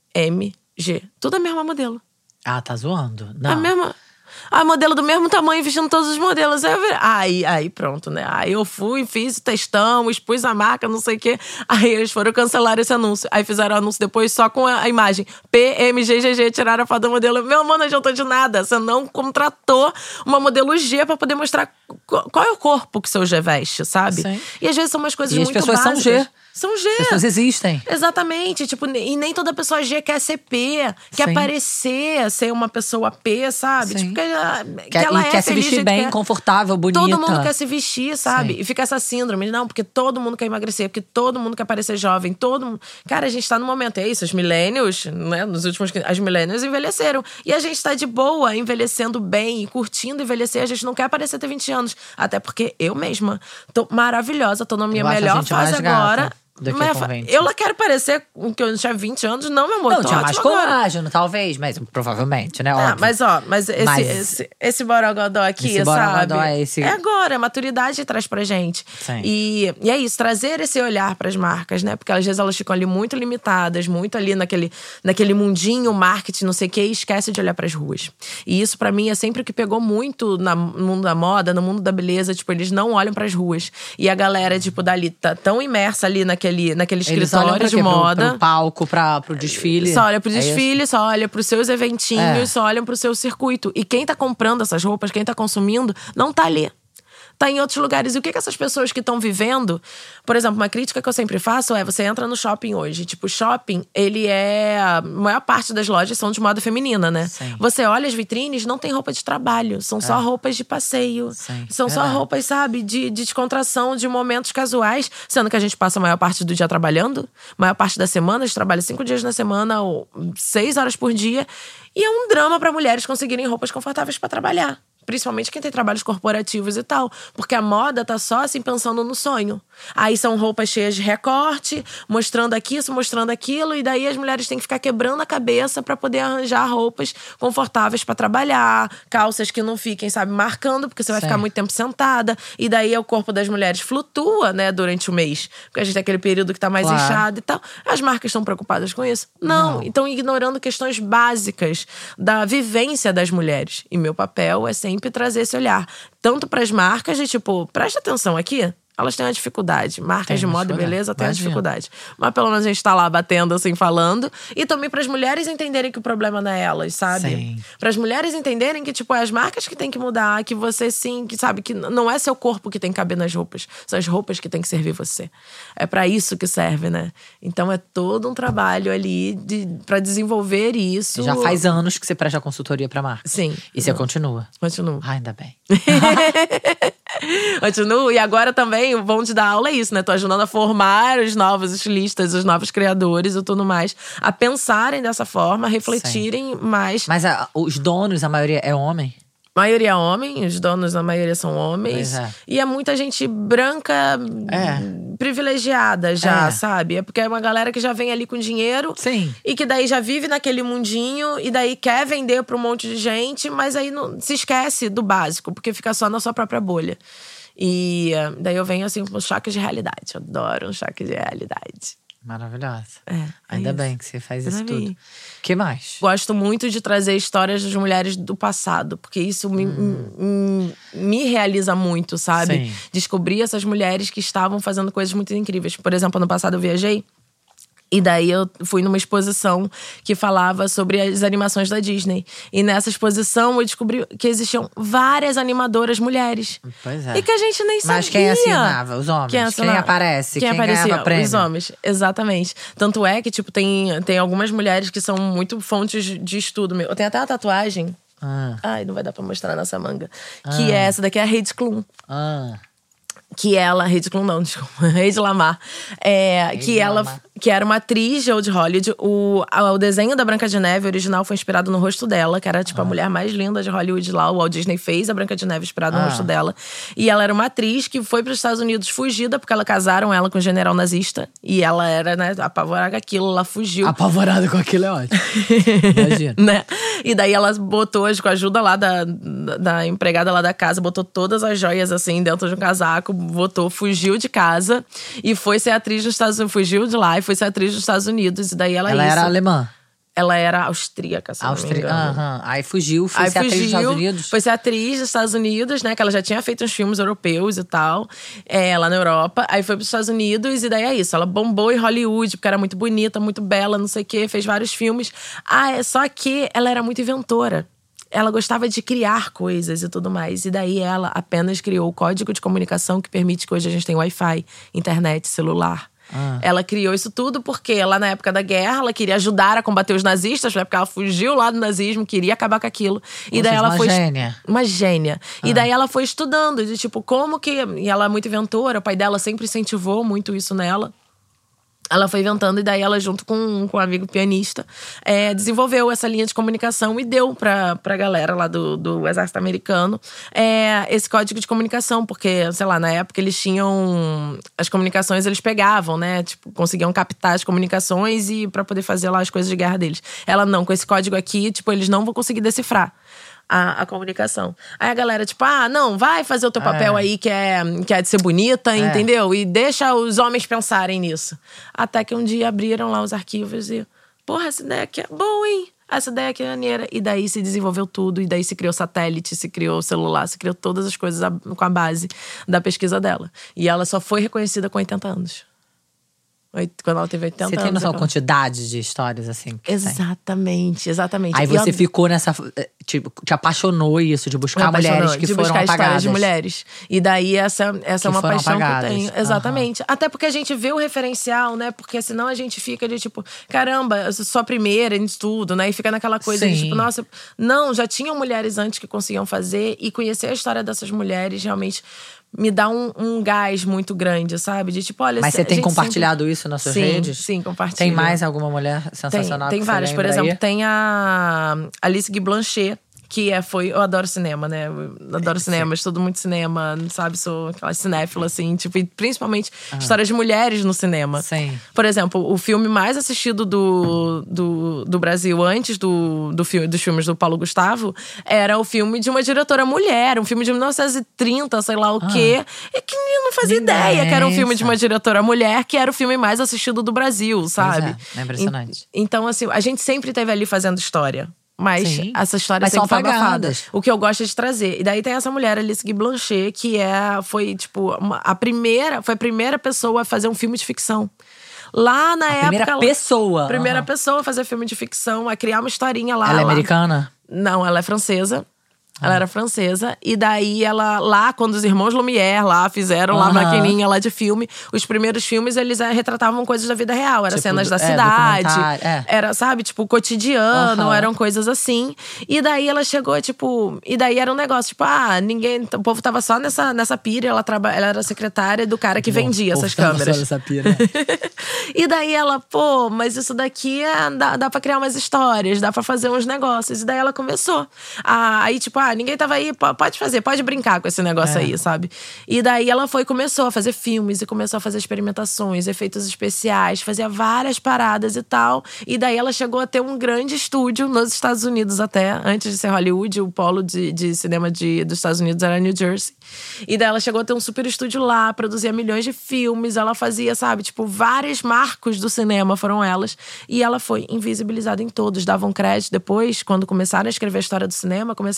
M, G. Tudo a mesma modelo. Ah, tá zoando. Não. A mesma... A modelo do mesmo tamanho, vestindo todos os modelos. Aí, eu... aí, aí pronto, né? Aí eu fui, fiz o testão, expus a marca, não sei o quê. Aí eles foram cancelar esse anúncio. Aí fizeram o anúncio depois só com a imagem P, M, G, G, G, tiraram a foto do modelo. Meu, mano, não adiantou de nada. Você não contratou uma modelo G pra poder mostrar qual é o corpo que seu G veste, sabe? Sim. E às vezes são umas coisas e muito básicas. básicas. As pessoas são G. São G. As pessoas existem. Exatamente. Tipo, e nem toda pessoa G quer ser P. Quer Sim. parecer ser uma pessoa P, sabe? Sim. Tipo, que ela, quer, que ela e é quer se vestir bem, quer. confortável, bonita. Todo mundo quer se vestir, sabe? Sim. E fica essa síndrome. Não, porque todo mundo quer emagrecer. Porque todo mundo quer parecer jovem. Todo mundo... Cara, a gente tá num momento... É isso, os millennials, né? Nos últimos... As millennials envelheceram. E a gente tá de boa, envelhecendo bem e curtindo envelhecer. A gente não quer parecer ter vinte anos. Até porque eu mesma tô maravilhosa. Tô na minha eu melhor acho a fase gente mais agora. Gata. Do que mas eu lá quero parecer que eu tinha vinte anos. Não, meu amor. Não, tinha mais colágeno, agora. Talvez. Mas provavelmente, né? Ah, mas ó, mas esse, mas esse, esse borogodó aqui, esse sabe? Borogodó é esse... É agora, a maturidade traz pra gente. Sim. E, e é isso, trazer esse olhar pras marcas, né? Porque às vezes elas ficam ali muito limitadas, muito ali naquele, naquele mundinho, marketing, não sei o quê, e esquece de olhar pras ruas. E isso pra mim é sempre o que pegou muito na, no mundo da moda, no mundo da beleza. Tipo, eles não olham pras ruas. E a galera, tipo, dali, tá tão imersa ali naquele, naquele escritório de quê? moda. Pro, pro palco, pra, pro desfile. Só olha pro é desfile, isso? só olha pros seus eventinhos, É. só olham pro seu circuito. E quem tá comprando essas roupas, quem tá consumindo, não tá ali. Tá em outros lugares. E o que que essas pessoas que estão vivendo... Por exemplo, uma crítica que eu sempre faço é... Você entra no shopping hoje. Tipo, shopping, ele é... A maior parte das lojas são de moda feminina, né? Sim. Você olha as vitrines, não tem roupa de trabalho. São é. só roupas de passeio. Sim. São é. só roupas, sabe? De, de descontração, de momentos casuais. Sendo que a gente passa a maior parte do dia trabalhando. A maior parte da semana, a gente trabalha cinco dias na semana, ou seis horas por dia. E é um drama para mulheres conseguirem roupas confortáveis para trabalhar. Principalmente quem tem trabalhos corporativos e tal. Porque a moda tá só assim pensando no sonho. Aí são roupas cheias de recorte, mostrando aqui isso, mostrando aquilo. E daí as mulheres têm que ficar quebrando a cabeça pra poder arranjar roupas confortáveis pra trabalhar. Calças que não fiquem, sabe, marcando, porque você vai Sim. ficar muito tempo sentada. E daí o corpo das mulheres flutua, né, durante o mês. Porque a gente tem aquele período que tá mais claro. inchado e tal. As marcas estão preocupadas com isso? Não. Não. Estão ignorando questões básicas da vivência das mulheres. E meu papel é sempre trazer esse olhar. Tanto para as marcas de tipo, presta atenção aqui. Elas têm uma dificuldade. Marcas Tem de moda e beleza têm uma Imagina. dificuldade. Mas pelo menos a gente tá lá batendo, assim, falando. E também para as mulheres entenderem que o problema não é elas, sabe? Sim. Para as mulheres entenderem que, tipo, é as marcas que tem que mudar. Que você, sim, que sabe, que não é seu corpo que tem que caber nas roupas. São as roupas que tem que servir você. É para isso que serve, né? Então é todo um trabalho ali de, para desenvolver isso. Já faz anos que você presta consultoria pra marca. Sim. E você continua? Continuo. Ah, ainda bem. Continuo. E agora também o bom de dar aula é isso, né? Tô ajudando a formar os novos estilistas, os novos criadores e tudo mais, a pensarem dessa forma, a refletirem Sim. mais. Mas a, os donos, a maioria é homem? Maioria é homem, os donos, a maioria são homens. Pois é. E é muita gente branca, É. privilegiada já, É. sabe? É porque é uma galera que já vem ali com dinheiro. Sim. E que daí já vive naquele mundinho. E daí quer vender pra um monte de gente. Mas aí não, se esquece do básico, porque fica só na sua própria bolha. E daí eu venho assim com um choque de realidade. Eu adoro um choque de realidade. Maravilhosa. É, é Ainda isso. bem que você faz isso Pra tudo. mim. O que mais? Gosto muito de trazer histórias das mulheres do passado, porque isso me, hum. me, me realiza muito, sabe? Sim. Descobrir essas mulheres que estavam fazendo coisas muito incríveis. Por exemplo, ano passado eu viajei E daí eu fui numa exposição que falava sobre as animações da Disney. E nessa exposição eu descobri que existiam várias animadoras mulheres. Pois é. E que a gente nem sabia. Mas quem assinava? Os homens? Quem, assinava? Quem aparece? Quem, quem aparecia? ganhava prêmio? Os homens, exatamente. Tanto é que, tipo, tem, tem algumas mulheres que são muito fontes de estudo. Eu tenho até uma tatuagem. Ah. Ai, não vai dar pra mostrar nessa manga. Ah. Que é essa daqui, é a Heidi Klum. Ah. Que ela, Heidi Klum não, desculpa, Heidi Lamar, é, Heidi que ela, Lamar. que era uma atriz de Old Hollywood. O, a, o desenho da Branca de Neve original foi inspirado no rosto dela, que era tipo ah. a mulher mais linda de Hollywood lá. O Walt Disney fez a Branca de Neve inspirada no ah. rosto dela. E ela era uma atriz que foi para os Estados Unidos fugida, porque ela casaram ela com um general nazista. E ela era, né, apavorada com aquilo, ela fugiu. Apavorada com aquilo é ótimo. Imagina. Né? E daí ela botou, com a ajuda lá da, da, da empregada lá da casa, botou todas as joias assim dentro de um casaco, botou, fugiu de casa e foi ser atriz nos Estados Unidos. Fugiu de lá e foi ser atriz nos Estados Unidos. E daí ela Ela isso, era alemã? Ela era austríaca, se Austri... não me engano. Uhum. Aí fugiu, foi Aí ser fugiu, atriz dos Estados Unidos? Foi ser atriz dos Estados Unidos, né? Que ela já tinha feito uns filmes europeus e tal, é, lá na Europa. Aí foi pros Estados Unidos e daí é isso. Ela bombou em Hollywood, porque era muito bonita, muito bela, não sei o quê. Fez vários filmes. Ah, é só que ela era muito inventora. Ela gostava de criar coisas e tudo mais. E daí ela apenas criou o código de comunicação que permite que hoje a gente tenha Wi-Fi, internet, celular. Ah. Ela criou isso tudo porque lá na época da guerra ela queria ajudar a combater os nazistas, porque ela fugiu lá do nazismo, queria acabar com aquilo. E Ou daí seja, ela uma foi gênia. Uma gênia. Ah. E daí ela foi estudando de tipo como que, e ela é muito inventora, o pai dela sempre incentivou muito isso nela. Ela foi inventando e daí ela, junto com, com um amigo pianista, é, desenvolveu essa linha de comunicação e deu pra, pra galera lá do, do exército americano é, esse código de comunicação. Porque, sei lá, na época eles tinham… As comunicações eles pegavam, né? Tipo, conseguiam captar as comunicações e pra poder fazer lá as coisas de guerra deles. Ela não, com esse código aqui, tipo, eles não vão conseguir decifrar. A, a comunicação. Aí a galera, tipo, ah, não, vai fazer o teu papel é. aí que é, que é de ser bonita, é. entendeu? E deixa os homens pensarem nisso. Até que um dia abriram lá os arquivos e… Porra, essa ideia aqui é boa, hein? Essa ideia aqui é maneira. E daí se desenvolveu tudo. E daí se criou satélite, se criou celular, se criou todas as coisas com a base da pesquisa dela. E ela só foi reconhecida com oitenta anos. Quando ela teve oitenta anos. Você tem noção da quantidade de histórias assim? Que exatamente, tem? exatamente. Aí você eu... ficou nessa… Tipo, te apaixonou isso, de buscar mulheres que de foram buscar apagadas. Histórias de mulheres. E daí essa, essa é uma paixão apagadas. que eu tenho. Exatamente. Uhum. Até porque a gente vê o referencial, né? Porque senão a gente fica de tipo… Caramba, eu sou a primeira em tudo, né? E fica naquela coisa Sim. de tipo… Nossa, não, já tinham mulheres antes que conseguiam fazer. E conhecer a história dessas mulheres realmente… me dá um, um gás muito grande, sabe? De tipo, olha… Mas você tem compartilhado sempre... isso nas suas sim, redes? Sim, compartilho. Tem mais alguma mulher sensacional? Tem, tem que várias. você Por exemplo, aí? tem a Alice Guy Blanchet, que é, foi… Eu adoro cinema, né? Eu adoro é, cinema, estudo muito cinema, sabe? Sou aquela cinéfila, assim. Tipo, e principalmente ah. histórias de mulheres no cinema. Sim. Por exemplo, o filme mais assistido do, do, do Brasil antes do, do filme, dos filmes do Paulo Gustavo era o filme de uma diretora mulher. Um filme de mil novecentos e trinta, sei lá o ah. quê. E que eu não fazia Ninguém. ideia que era um filme de uma diretora mulher, que era o filme mais assistido do Brasil, sabe? Pois é, é impressionante. E, então, assim, a gente sempre esteve ali fazendo história. Mas Sim. essa história Mas sempre são foi abafada. apagadas. O que eu gosto é de trazer. E daí tem essa mulher, Alice Guy Blanchet, que é, foi, tipo, uma, a primeira… Foi a primeira pessoa a fazer um filme de ficção. Lá na a época… Primeira pessoa. Primeira uhum. pessoa a fazer filme de ficção, a criar uma historinha lá. Ela é lá. americana? Não, ela é francesa. Ela era francesa. E daí ela, lá, quando os irmãos Lumière lá fizeram lá a Uhum. maquininha lá de filme, os primeiros filmes, eles é, retratavam coisas da vida real. Era Tipo, cenas da é, cidade. é. Era, sabe, tipo, cotidiano. Uhum. Eram coisas assim. E daí ela chegou, tipo… E daí era um negócio, tipo, ah, ninguém… O povo tava só nessa, nessa pira. Ela, traba, ela era secretária do cara que Bom, vendia essas câmeras. Só nessa pira. E daí ela, pô, mas isso daqui é, dá, dá pra criar umas histórias, dá pra fazer uns negócios. E daí ela começou. Ah, aí, tipo, ah, ninguém tava aí, pode fazer, pode brincar com esse negócio é. aí, sabe? E daí ela foi, começou a fazer filmes e começou a fazer experimentações, efeitos especiais, fazia várias paradas e tal. E daí ela chegou a ter um grande estúdio nos Estados Unidos até, antes de ser Hollywood, o polo de, de cinema de, dos Estados Unidos era New Jersey. E daí ela chegou a ter um super estúdio lá, produzia milhões de filmes, ela fazia, sabe, tipo, vários marcos do cinema foram elas. E ela foi invisibilizada em todos, davam crédito depois, quando começaram a escrever a história do cinema, começaram a dar crédito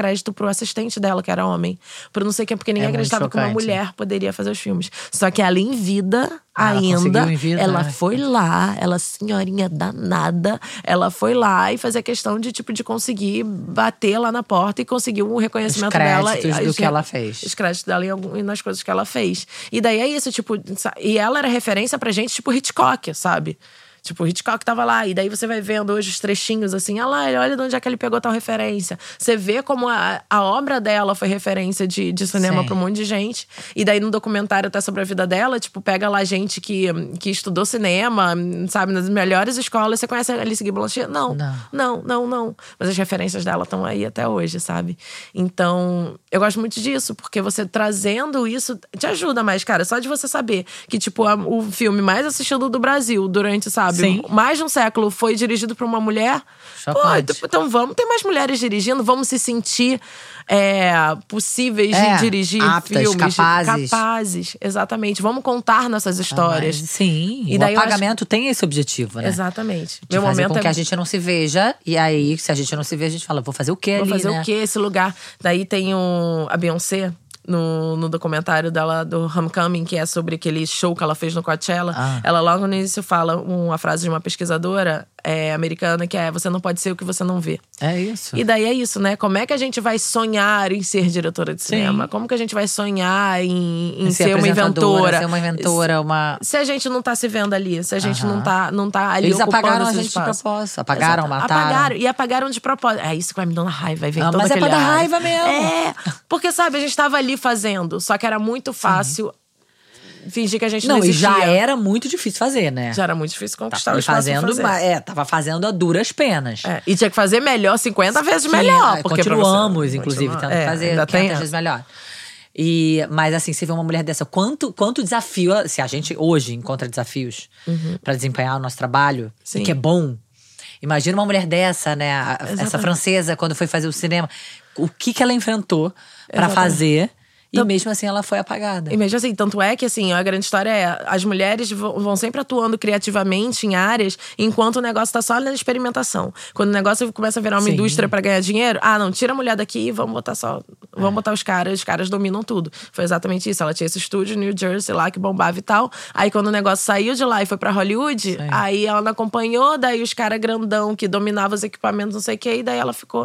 crédito pro assistente dela, que era homem. Por não sei o que, porque ninguém É muito acreditava que uma chocante. mulher poderia fazer os filmes. Só que ela em vida, Ah, ela ainda, conseguiu em vida, ela né? foi lá, ela senhorinha danada, ela foi lá e fazia questão de, tipo, de conseguir bater lá na porta e conseguir um reconhecimento Os dela. créditos do os- que ela fez. Os créditos dela em algum, e nas coisas que ela fez. E daí é isso, tipo… E ela era referência pra gente, tipo, Hitchcock, sabe? Tipo, o Hitchcock tava lá, e daí você vai vendo hoje os trechinhos assim, ah lá, olha de onde é que ele pegou tal referência. Você vê como a, a obra dela foi referência de, de cinema Sim. pra um monte de gente. E daí no documentário até sobre a vida dela, tipo, pega lá gente que, que estudou cinema, sabe, nas melhores escolas. Você conhece a Alice Guy Blanchet? Não, Não. não, não, não. Mas as referências dela estão aí até hoje, sabe? Então, eu gosto muito disso, porque você trazendo isso te ajuda mais, cara. Só de você saber que, tipo, a- o filme mais assistido do Brasil durante, sabe, Sim. mais de um século foi dirigido por uma mulher. Chocante. Pô, então vamos ter mais mulheres dirigindo, vamos se sentir é, possíveis É, de dirigir aptas, filmes. capazes. Capazes, exatamente. Vamos contar nossas histórias. Mas, sim, E o daí eu apagamento tem esse objetivo, né? Exatamente. De Meu fazer momento com é que a gente não se veja. E aí, se a gente não se vê, a gente fala, vou fazer o quê Vou ali, fazer né? o quê esse lugar? Daí tem o, a Beyoncé, no, no documentário dela, do Homecoming, que é sobre aquele show que ela fez no Coachella. Ah. Ela logo no início fala uma frase de uma pesquisadora é, americana, que é: você não pode ser o que você não vê. É isso. E daí é isso, né? Como é que a gente vai sonhar em ser diretora de cinema? Como que a gente vai sonhar em, em ser, uma apresentadora, inventora? Ser uma inventora, uma… Se a gente não tá se vendo ali, se a gente Aham. não tá, não tá ali Eles ocupando apagaram a esse gente espaço. de propósito. Apagaram, Exato. mataram. Apagaram. E apagaram de propósito. É isso que vai me dando raiva. Vai ver Ah, todo mas é pra aquele dar ar. raiva mesmo. É. Porque, sabe, a gente tava ali fazendo. Só que era muito fácil fingir que a gente não, Não, e existia. já era muito difícil fazer, né? Já era muito difícil conquistar Tava o espaço pra fazendo, fazer. ba- é, tava fazendo a duras penas. É, e tinha que fazer melhor, cinquenta vezes Sim, melhor. é, Porque pra continuamos, você- inclusive, continua- tendo é, que fazer ainda tem quinhentas essa. vezes melhor. E, mas assim, você vê uma mulher dessa, quanto, quanto desafio, se a gente hoje encontra desafios pra desempenhar o nosso trabalho, Sim. e que é bom. Imagina uma mulher dessa, né? a- Essa Exatamente. francesa, quando foi fazer o cinema. O que que ela enfrentou pra Exatamente. fazer. E Então- mesmo assim ela foi apagada. E mesmo assim, tanto é que assim, a grande história é: as mulheres vão vão sempre atuando criativamente em áreas, enquanto o negócio tá só na experimentação. Quando o negócio começa a virar uma Sim. indústria pra ganhar dinheiro, ah, não, tira a mulher daqui e vamos botar só. Vamos botar os caras, os caras dominam tudo. Foi exatamente isso. Ela tinha esse estúdio em New Jersey lá que bombava e tal. Aí quando o negócio saiu de lá e foi pra Hollywood, aí ela não acompanhou, daí os caras grandão que dominavam os equipamentos, não sei o que, e daí ela ficou.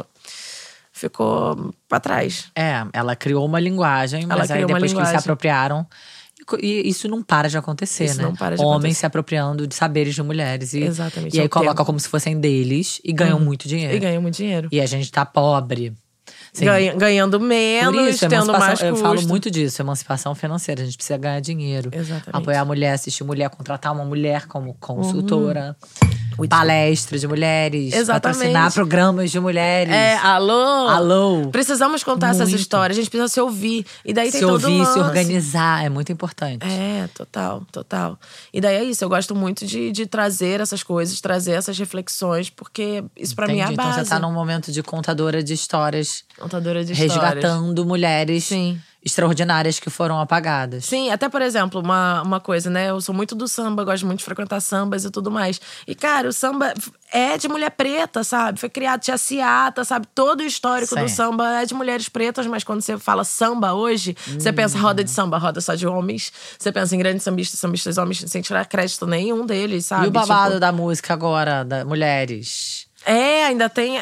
Ficou pra trás. É, ela criou uma linguagem, mas aí criou uma depois que eles se linguagem. apropriaram. e co- E isso não para de acontecer, Isso né? não para de Homens acontecer. se apropriando de saberes de mulheres. E, Exatamente, E é aí o coloca tempo. como se fossem deles e ganham muito dinheiro. E ganham muito dinheiro. E a gente tá pobre. Sim. Ganha- ganhando Por menos, isso, tendo mais emancipação, eu custo. falo muito disso, emancipação financeira. A gente precisa ganhar dinheiro. Exatamente. Apoiar a mulher, assistir mulher, contratar uma mulher como consultora. Uhum. Palestras de mulheres. Exatamente. Patrocinar programas de mulheres. É, alô? Alô? Precisamos contar essas Muito. histórias. A gente precisa se ouvir. E daí tem Se todo ouvir, um se lance. organizar, é muito importante. É, total, total. E daí é isso, eu gosto muito de, de trazer essas coisas, trazer essas reflexões, porque isso pra mim é a Entendi. base. Então você tá num momento de contadora de histórias, Contadora de histórias. resgatando mulheres Sim. extraordinárias que foram apagadas. Sim, até por exemplo, uma, uma coisa, né? Eu sou muito do samba, gosto muito de frequentar sambas e tudo mais. E, cara, o samba é de mulher preta, sabe? Foi criado, tinha Ciata, sabe? Todo o histórico Sim. do samba é de mulheres pretas, mas quando você fala samba hoje, você pensa roda de samba, roda só de homens. Você pensa em grandes sambistas, sambistas homens, sem tirar crédito nenhum deles, sabe? E o babado Tipo, da música agora, da mulheres? É, ainda tem.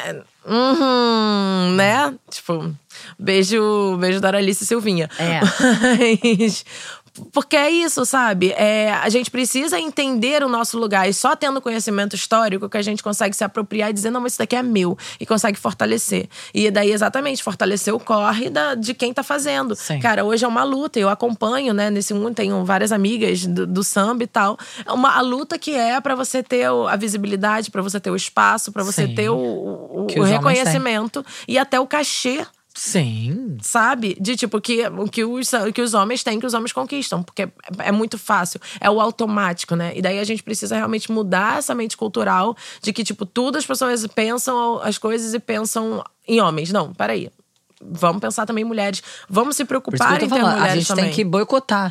Uhum, né? Tipo, beijo, beijo da Aralice Silvinha. É. Mas, porque é isso, sabe? É, a gente precisa entender o nosso lugar. E só tendo conhecimento histórico que a gente consegue se apropriar e dizer, não, mas isso daqui é meu. E consegue fortalecer. E daí, exatamente, fortalecer o corre da, de quem tá fazendo. Sim. Cara, hoje é uma luta. Eu acompanho, né? Nesse mundo, tenho várias amigas do, do samba e tal. É uma, a luta que é pra você ter o- a visibilidade, pra você ter o espaço, pra você Sim. ter o, o, Que o os homens reconhecimento. E até o cachê. Sim. Sabe? De tipo, que, o que, os, que os homens têm, que os homens conquistam. Porque é, é muito fácil. É o automático, né? E daí a gente precisa realmente mudar essa mente cultural de que, tipo, tudo as pessoas pensam as coisas e pensam em homens. Não, peraí. Vamos pensar também em mulheres. Vamos se Por isso que preocupar eu tô em ter falando, mulheres a gente também. tem que boicotar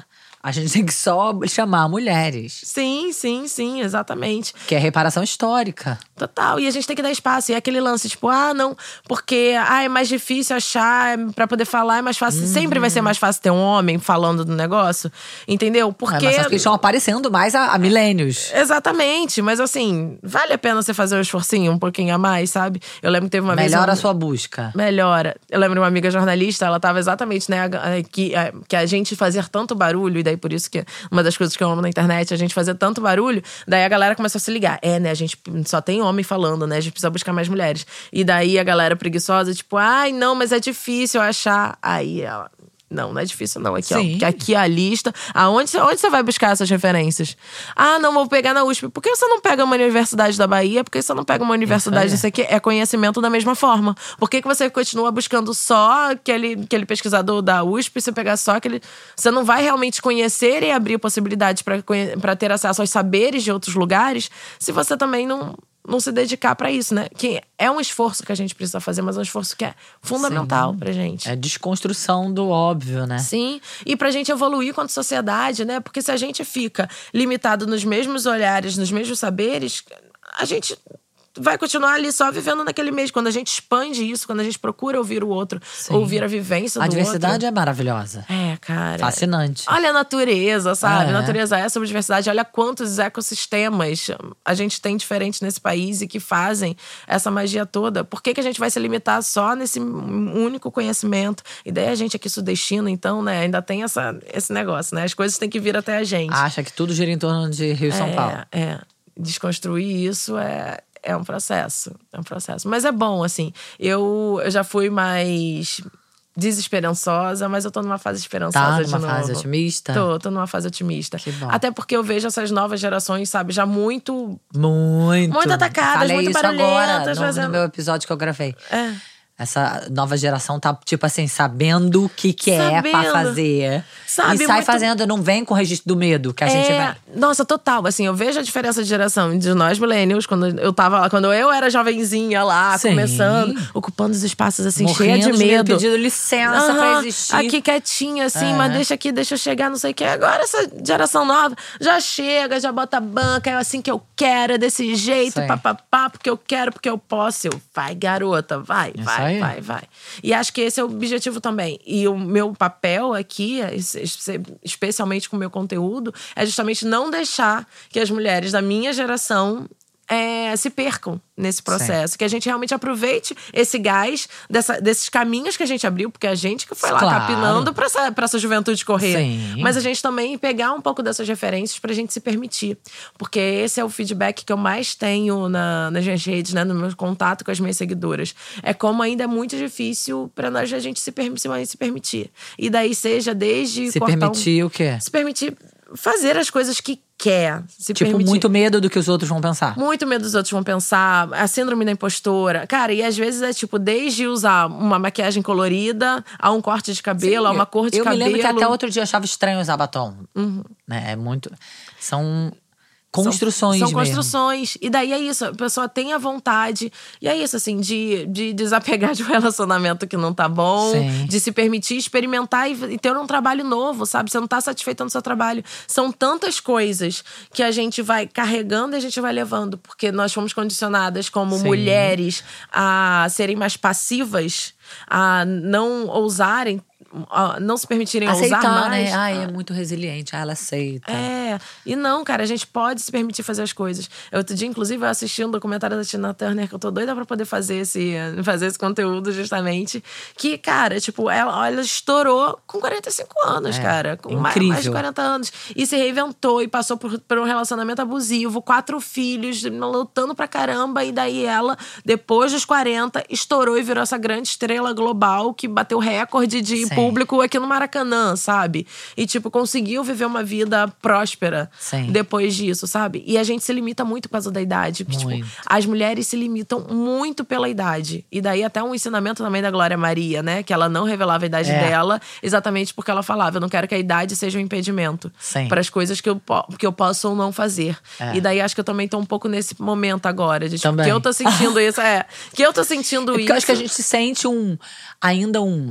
A gente tem que só chamar mulheres. Sim, sim, sim, exatamente. Que é reparação histórica. Total. E a gente tem que dar espaço. E é aquele lance, tipo, ah, não, porque ah, é mais difícil achar, pra poder falar, é mais fácil. Uhum. Sempre vai ser mais fácil ter um homem falando do negócio. Entendeu? Porque. É, mas só que eles estão aparecendo mais há, há milênios. Exatamente. Mas assim, vale a pena você fazer um esforcinho um pouquinho a mais, sabe? Eu lembro que teve uma Melhora vez. Melhora a sua busca. Melhora. Eu lembro de uma amiga jornalista, ela tava exatamente, né, que, que a gente fazia tanto barulho, e daí por isso que uma das coisas que eu amo na internet, a gente fazia tanto barulho, daí a galera começou a se ligar. É, né, a gente só tem homem falando, né, a gente precisa buscar mais mulheres. E daí a galera preguiçosa, tipo, ai, não, mas é difícil achar. Aí ela. Não, não é difícil não. Aqui, Sim. ó. Porque aqui é a lista. Aonde, onde você vai buscar essas referências? Ah, não, vou pegar na U S P. Por que você não pega uma universidade da Bahia? Por que você não pega uma universidade, não sei o quê? É conhecimento da mesma forma. Por que, que você continua buscando só aquele, aquele pesquisador da U S P? Você pegar só aquele… Você não vai realmente conhecer e abrir possibilidades para ter acesso aos saberes de outros lugares se você também não… não se dedicar pra isso, né? Que é um esforço que a gente precisa fazer, mas é um esforço que é fundamental Sim. pra gente. É desconstrução do óbvio, né? Sim, e pra gente evoluir quanto sociedade, né? Porque se a gente fica limitado nos mesmos olhares, nos mesmos saberes, a gente vai continuar ali só vivendo naquele mês. Quando a gente expande isso, quando a gente procura ouvir o outro, Sim. ouvir a vivência do outro. A outro. diversidade é maravilhosa. É, cara. Fascinante. Olha a natureza, sabe? Ah, é. A natureza é sobre diversidade. Olha quantos ecossistemas a gente tem diferentes nesse país e que fazem essa magia toda. Por que, que a gente vai se limitar só nesse único conhecimento? E daí a gente aqui sudestino, então, né? Ainda tem essa, esse negócio, né? As coisas têm que vir até a gente. Acha que tudo gira em torno de Rio e São é, Paulo. É. Desconstruir isso é… É um processo, é um processo. Mas é bom, assim. Eu, eu já fui mais desesperançosa, mas eu tô numa fase esperançosa tá, de numa novo. fase otimista? Tô, tô numa fase otimista. Que bom. Até porque eu vejo essas novas gerações, sabe, já muito… Muito. Muito atacadas, Falei muito isso barulhentas. agora, no, fazendo… no meu episódio que eu gravei. É. Essa nova geração tá, tipo assim, sabendo o que, que é pra fazer. Sabe, e sai muito… fazendo, não vem com o registro do medo que a é, gente vai. Nossa, total. Assim, eu vejo a diferença de geração de nós millennials, quando eu tava lá, quando eu era jovenzinha lá, Sim. começando, ocupando os espaços assim, cheia Morrendo de medo. pedindo licença uhum, pra existir. Aqui quietinha, assim, é. mas deixa aqui, deixa eu chegar, não sei o que. Agora essa geração nova já chega, já bota a banca, é assim que eu quero, é desse jeito, Sim. papapá, porque eu quero, porque eu posso. Eu, vai, garota, vai, Isso vai, aí. vai, vai. E acho que esse é o objetivo também. E o meu papel aqui, especialmente com o meu conteúdo, é justamente não deixar que as mulheres da minha geração é, se percam nesse processo. Sim. Que a gente realmente aproveite esse gás dessa, desses caminhos que a gente abriu, porque a gente que foi lá claro. capinando pra essa, pra essa juventude correr. Sim. Mas a gente também pegar um pouco dessas referências pra gente se permitir. Porque esse é o feedback que eu mais tenho na, nas minhas redes, né, no meu contato com as minhas seguidoras. É como ainda é muito difícil pra nós a gente se, permi- se permitir. E daí seja desde… Se cortar permitir um, o quê? Se permitir fazer as coisas que quer. Se tipo, permitir. muito medo do que os outros vão pensar. Muito medo dos outros vão pensar. A síndrome da impostora. Cara, e às vezes é tipo, desde usar uma maquiagem colorida, a um corte de cabelo, Sim, a uma cor de eu cabelo. Eu me lembro que até outro dia eu achava estranho usar batom. Uhum. É, é muito… São… Construções São, são mesmo. construções. E daí é isso, a pessoa tem a vontade. E é isso, assim, de, de desapegar de um relacionamento que não tá bom. Sim. De se permitir experimentar e, e ter um trabalho novo, sabe? Você não tá satisfeito no seu trabalho. São tantas coisas que a gente vai carregando e a gente vai levando. Porque nós fomos condicionadas como Sim. mulheres a serem mais passivas, a não ousarem, não se permitirem Aceitar, ousar mais. né? Ai, é muito resiliente. Ah, ela aceita. É. E não, cara, a gente pode se permitir fazer as coisas. Eu, outro dia, inclusive, eu assisti um documentário da Tina Turner, que eu tô doida pra poder fazer esse, fazer esse conteúdo, justamente. Que, cara, tipo, ela, ela estourou com quarenta e cinco anos, é, cara. Com incrível. mais de quarenta anos. E se reinventou e passou por, por um relacionamento abusivo, quatro filhos, lutando pra caramba. E daí ela, depois dos quarenta, estourou e virou essa grande estrela global que bateu recorde de Sim. público aqui no Maracanã, sabe? E, tipo, conseguiu viver uma vida próspera Sim. depois disso, sabe? E a gente se limita muito por causa da idade. Tipo, Muito. as mulheres se limitam muito pela idade. E daí até um ensinamento também da Glória Maria, né? Que ela não revelava a idade É. dela, exatamente porque ela falava: eu não quero que a idade seja um impedimento para as coisas que eu, po- que eu posso ou não fazer. É. E daí acho que eu também tô um pouco nesse momento agora. De, tipo, Também. que eu tô sentindo isso. É, que eu tô sentindo É porque isso. eu acho que a gente sente um… Ainda um…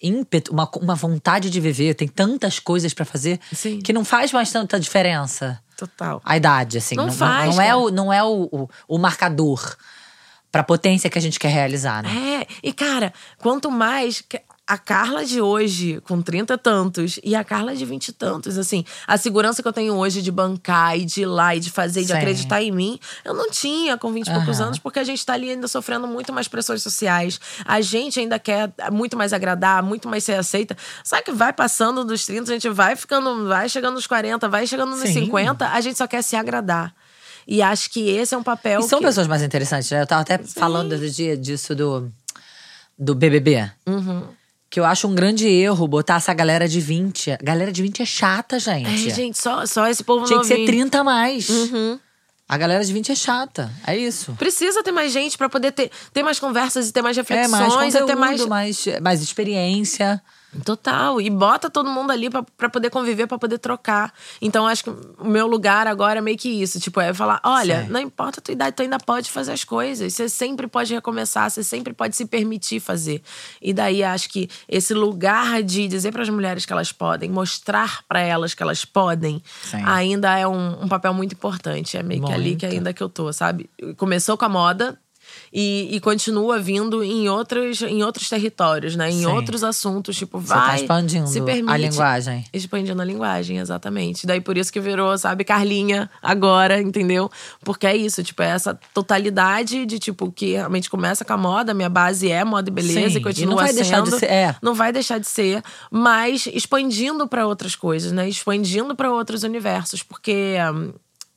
ímpeto, uma, uma vontade de viver. Tem tantas coisas pra fazer Sim. que não faz mais tanta diferença. Total. A idade, assim. Não não, faz, não, não é, cara. o, não é o, o, o marcador pra potência que a gente quer realizar, né? É, e cara, quanto mais… A Carla de hoje, com trinta e tantos, e a Carla de vinte e tantos, assim… A segurança que eu tenho hoje de bancar e de ir lá e de fazer, de Sim. acreditar em mim… Eu não tinha com vinte e poucos Aham. anos, porque a gente tá ali ainda sofrendo muito mais pressões sociais. A gente ainda quer muito mais agradar, muito mais ser aceita. Sabe que vai passando dos trinta, a gente vai ficando… Vai chegando nos quarenta, vai chegando nos Sim. cinquenta, a gente só quer se agradar. E acho que esse é um papel E são que… pessoas mais interessantes, né? Eu tava até falando outro dia disso do, do B B B. Uhum. Que eu acho um grande erro botar essa galera de vinte. A galera de vinte é chata, gente. É, gente, só, só esse povo Tinha que ser novinho. trinta a mais. Uhum. A galera de vinte é chata. É isso. Precisa ter mais gente pra poder ter, ter mais conversas e ter mais É, reflexões. mais e conteúdo, ter mais… mais, mais experiência. Total. E bota todo mundo ali pra, pra poder conviver, pra poder trocar. Então, acho que o meu lugar agora é meio que isso. Tipo, é falar, olha, Sim. não importa a tua idade, tu ainda pode fazer as coisas. Você sempre pode recomeçar, você sempre pode se permitir fazer. E daí, acho que esse lugar de dizer pras mulheres que elas podem, mostrar pra elas que elas podem, Sim. ainda é um, um papel muito importante. É meio que ali que Muito. ainda que eu tô, sabe? Começou com a moda… E, e continua vindo em outros, em outros territórios, né? Em Sim. outros assuntos, tipo, Você tá vai… expandindo se permite, a linguagem. Expandindo a linguagem, exatamente. Daí por isso que virou, sabe, Carlinha agora, entendeu? Porque é isso, tipo, é essa totalidade de, tipo, que realmente começa com a moda, minha base é moda e beleza, Sim, e continua e não vai sendo. deixar de ser, é. Não vai deixar de ser, mas expandindo pra outras coisas, né? Expandindo pra outros universos, porque… hum,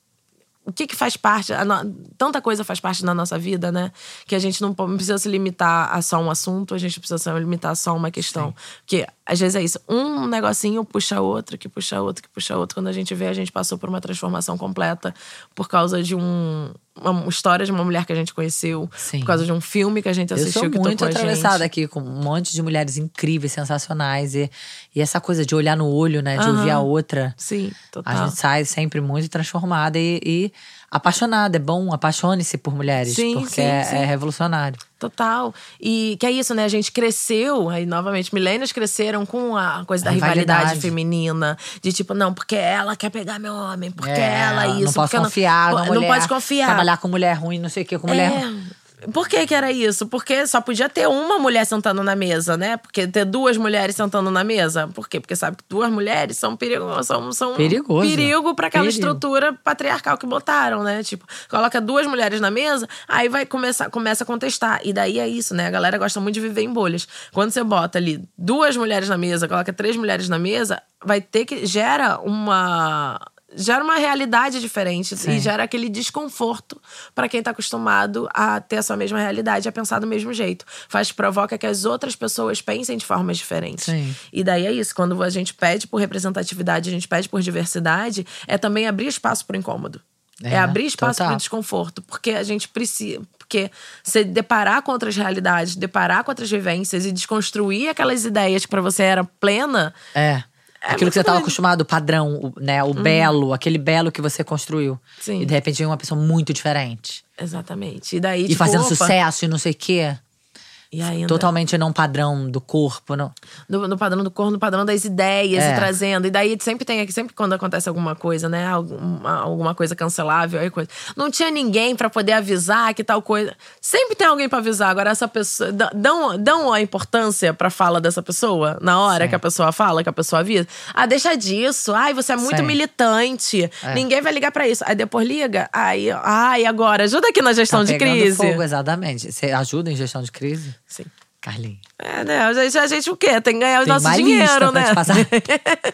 o que que faz parte… a no- tanta coisa faz parte da nossa vida, né? Que a gente não po- não precisa se limitar a só um assunto, a gente precisa se limitar a só uma questão. Sim. Porque, às vezes, é isso. Um negocinho puxa outro, que puxa outro, que puxa outro. Quando a gente vê, a gente passou por uma transformação completa por causa de um… uma história de uma mulher que a gente conheceu. Sim. Por causa de um filme que a gente Eu assistiu sou que muito tocou a atravessada gente. aqui com um monte de mulheres incríveis, sensacionais. E, e essa coisa de olhar no olho, né? De Aham. ouvir a outra. Sim, total. A gente sai sempre muito transformada e, e apaixonada. É bom, apaixone-se por mulheres. Sim, porque sim, é, sim. é revolucionário. Total. E que é isso, né? A gente cresceu, aí novamente, milênios cresceram com a coisa da rivalidade, Rivalidade. feminina. De tipo, não, porque ela quer pegar meu homem, porque É, ela isso. Não posso porque eu confiar não, na não mulher. pode confiar. Trabalhar com mulher ruim, não sei o que, com mulher É. ruim. Por que que era isso? Porque só podia ter uma mulher sentando na mesa, né? Porque ter duas mulheres sentando na mesa. Por quê? Porque sabe que duas mulheres são perigo, são, são Perigoso. perigo pra aquela Perigo. estrutura patriarcal que botaram, né? Tipo, coloca duas mulheres na mesa, aí vai começar, começa a contestar. E daí é isso, né? A galera gosta muito de viver em bolhas. Quando você bota ali duas mulheres na mesa, coloca três mulheres na mesa, vai ter que… Gera uma… Gera uma realidade diferente. Sim. E gera aquele desconforto pra quem tá acostumado a ter a sua mesma realidade, a pensar do mesmo jeito. Faz, provoca que as outras pessoas pensem de formas diferentes. Sim. E daí é isso. Quando a gente pede por representatividade, a gente pede por diversidade, é também abrir espaço pro incômodo. É, É, abrir espaço total. pro desconforto. Porque a gente precisa… Porque se deparar com outras realidades, deparar com outras vivências e desconstruir aquelas ideias que pra você era plena… É. É Aquilo muito que você estava doido. acostumado, o padrão, o, né? O belo, aquele belo que você construiu. Sim. E de repente vem uma pessoa muito diferente. Exatamente. E daí, E tipo, fazendo opa, sucesso e não sei o quê. E ainda… Totalmente não padrão do corpo, não. No, no padrão do corpo, no padrão das ideias É. e trazendo. E daí sempre tem aqui, sempre quando acontece alguma coisa, né? Alguma, alguma coisa cancelável, aí coisa. Não tinha ninguém pra poder avisar que tal coisa. Sempre tem alguém pra avisar. Agora, essa pessoa. dã- Dão, dão a importância pra fala dessa pessoa na hora Sim. que a pessoa fala, que a pessoa avisa. Ah, deixa disso. Ai, você é muito Sim. militante. É. Ninguém vai ligar pra isso. Aí depois liga. Aí, ai, agora, ajuda aqui na gestão Tá de pegando crise. fogo, exatamente. Você ajuda em gestão de crise? Sim. Carlinhos. É, né? A gente, a gente o quê? Tem que ganhar o Tem nosso uma dinheiro, lista pra né? te passar. A gente tem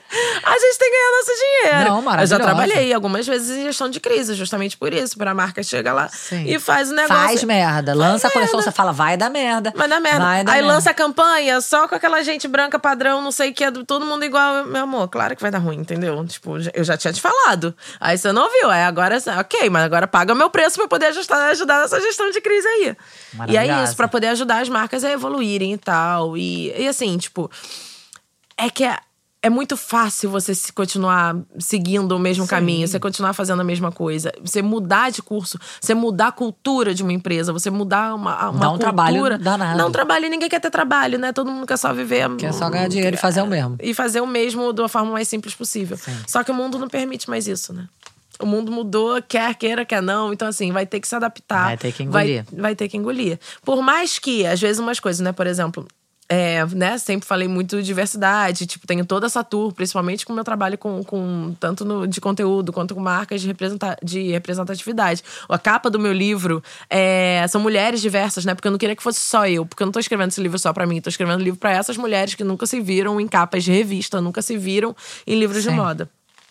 que ganhar nosso dinheiro. Não, Eu já maravilhosa. trabalhei algumas vezes em gestão de crise, justamente por isso. Pra marca chega lá Sim. e faz o negócio. Faz merda. Lança a coleção, você fala, vai dar merda. Mas dá merda. Vai dar Aí merda. lança a campanha só com aquela gente branca padrão, não sei o que, é do- todo mundo igual. Meu amor, claro que vai dar ruim, entendeu? Tipo, eu já tinha te falado. Aí você não viu. Aí agora, ok, mas agora paga o meu preço pra poder ajustar, ajudar nessa gestão de crise aí. E é Maravilhosa. isso, pra poder ajudar as marcas a evoluírem e tal. E, e assim, tipo, é que a, é muito fácil você se continuar seguindo o mesmo Sim. caminho, você continuar fazendo a mesma coisa. Você mudar de curso, você mudar a cultura de uma empresa, você mudar uma, uma dá um cultura. trabalho danado. Dá um trabalho e ninguém quer ter trabalho, né? Todo mundo quer ser só viver… Quer só ganhar dinheiro e fazer o mesmo. E fazer o mesmo de uma forma mais simples possível. Sim. Só que o mundo não permite mais isso, né? O mundo mudou, quer queira, quer não. Então, assim, vai ter que se adaptar. Vai ter que engolir. Vai, vai ter que engolir. Por mais que, às vezes, umas coisas, né? Por exemplo… É, né, sempre falei muito de diversidade, tipo, tenho toda essa tour, principalmente com o meu trabalho com, com tanto no, de conteúdo quanto com marcas de, representa, de representatividade. A capa do meu livro é, são mulheres diversas, né, porque eu não queria que fosse só eu, porque eu não tô escrevendo esse livro só pra mim, tô escrevendo livro pra essas mulheres que nunca se viram em capas de revista, nunca se viram em livros Sim. de moda.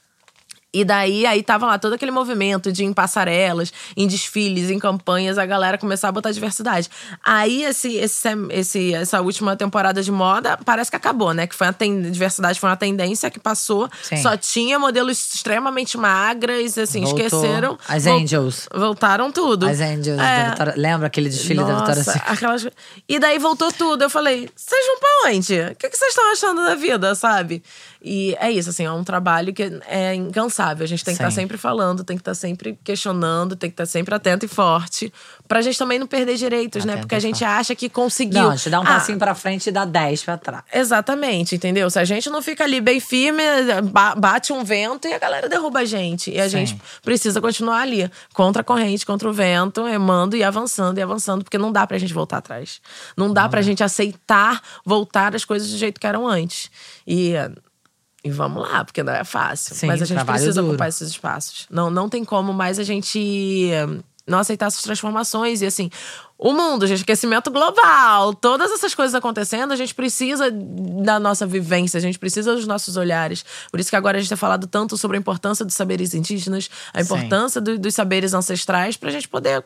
E daí, aí tava lá todo aquele movimento de ir em passarelas, em desfiles, em campanhas, a galera começar a botar diversidade. Aí, esse, esse, esse, essa última temporada de moda, parece que acabou, né? Que foi a ten... diversidade foi uma tendência que passou. Sim. Só tinha modelos extremamente magras, assim, Voltou. esqueceram. As Vol... Angels. Voltaram tudo. As Angels. É. Da Vitória... Lembra aquele desfile Nossa, da Vitória Secret? aquelas... E daí voltou tudo. Eu falei, vocês vão pra onde? O que, que vocês estão achando da vida, sabe? E é isso, assim, é um trabalho que é incansável. A gente tem que estar sempre falando, tem que estar sempre questionando, tem que estar sempre atento e forte. Pra gente também não perder direitos, Atento né? Porque a gente forte. acha que conseguiu. Não, te dá um ah, passinho pra frente e dá dez pra trás. Exatamente, entendeu? Se a gente não fica ali bem firme, bate um vento e a galera derruba a gente. E a Sim. gente precisa continuar ali, contra a corrente, contra o vento, remando e avançando e avançando, porque não dá pra gente voltar atrás. Não dá não pra dá. gente aceitar voltar as coisas do jeito que eram antes. E… E vamos lá, porque não é fácil. Sim, mas a gente precisa duro. ocupar esses espaços. Não, não tem como mais a gente não aceitar essas transformações. E assim, o mundo, gente, aquecimento global, todas essas coisas acontecendo, a gente precisa da nossa vivência, a gente precisa dos nossos olhares. Por isso que agora a gente tem falado tanto sobre a importância dos saberes indígenas, a importância do, dos saberes ancestrais, pra gente poder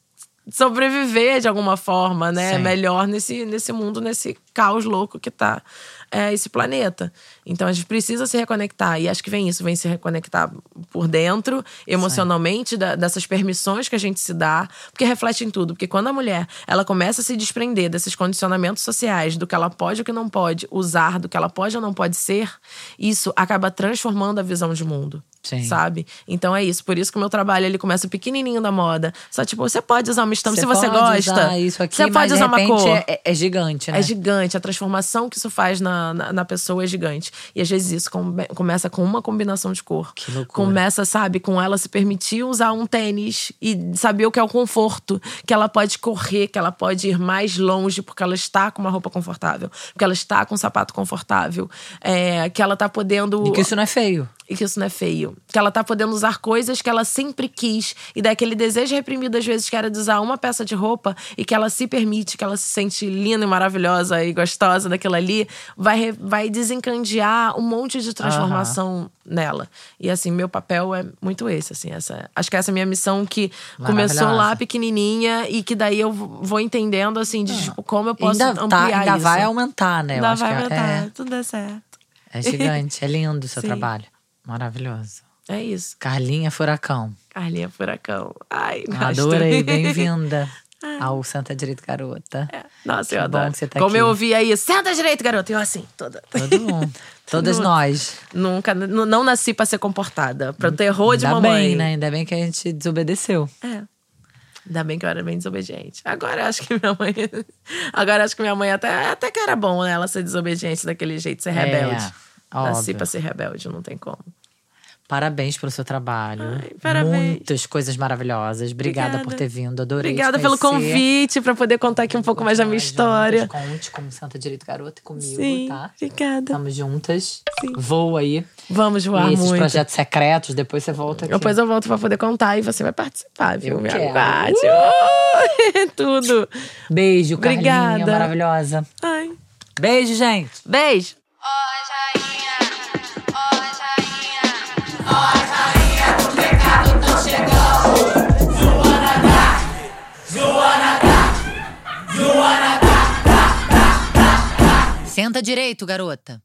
sobreviver de alguma forma, né? Sim. Melhor nesse, nesse mundo, nesse caos louco que tá é, esse planeta. Então a gente precisa se reconectar. E acho que vem isso, vem se reconectar por dentro, emocionalmente, da, dessas permissões que a gente se dá, porque reflete em tudo. Porque quando a mulher, ela começa a se desprender desses condicionamentos sociais, do que ela pode ou que não pode usar, do que ela pode ou não pode ser, isso acaba transformando a visão de mundo. Sim. Sabe? Então é isso. Por isso que o meu trabalho, ele começa pequenininho da moda. Só tipo, você pode usar uma estampa se você gosta. Usar isso aqui, você pode usar uma cor. É, é gigante, né? É gigante. A transformação que isso faz na, na, na pessoa é gigante. E às vezes isso come, começa com uma combinação de cor. Que loucura. Começa, sabe, com ela se permitir usar um tênis e saber o que é o conforto. Que ela pode correr, que ela pode ir mais longe porque ela está com uma roupa confortável. Porque ela está com um sapato confortável. É, que ela tá podendo… E que isso não é feio. E que isso não é feio. Que ela tá podendo usar coisas que ela sempre quis. E daquele desejo reprimido, às vezes, que era de usar uma peça de roupa. E que ela se permite, que ela se sente linda e maravilhosa e gostosa daquilo ali. Vai, vai desencadear um monte de transformação uhum. nela. E assim, meu papel é muito esse. Assim, essa, acho que essa é a minha missão, que começou lá pequenininha. E que daí eu vou entendendo, assim, de tipo, como eu posso ainda ampliar tá, ainda isso. vai aumentar, né? Ainda eu acho vai que aumentar, é, tudo é certo. É gigante, é lindo o seu Sim. trabalho. Maravilhoso. É isso. Carlinha Furacão. Carlinha Furacão. Ai, adorei, bem-vinda ao Senta Direito, Garota. É. Nossa, que eu adoro. Bom que você tá Como aqui. eu ouvi aí, senta direito, garota. Eu assim, toda. Todo mundo. Todas nós. Nunca, não nasci pra ser comportada. Pra terror de Ainda mamãe. bem, né? Ainda bem que a gente desobedeceu. É. Ainda bem que eu era bem desobediente. Agora eu acho que minha mãe… Agora eu acho que minha mãe até, até que era bom, né? Ela ser desobediente daquele jeito, ser rebelde. É, nasci óbvio. pra ser rebelde, não tem como. Parabéns pelo seu trabalho. Ai, parabéns. Muitas coisas maravilhosas. Obrigada, Obrigada. por ter vindo. Adorei Obrigada te pelo conhecer. convite, pra poder contar aqui um pouco mais da minha história. Conte como Senta Direito, Garota, e comigo, Sim, tá? obrigada. Estamos juntas. Sim. Voa aí. Vamos voar e esses muito. projetos secretos, depois você volta aqui. Depois eu volto pra poder contar e você vai participar, viu? Eu Me quero. aguarde. Uh! Tudo. Beijo, Carlinha, Obrigada. maravilhosa. Ai. Beijo, gente. Beijo. Ó, Jainha, ó, Jainha, ó, Jainha, o pecado tá chegando. Joana, Joana, Joana. Senta direito, garota.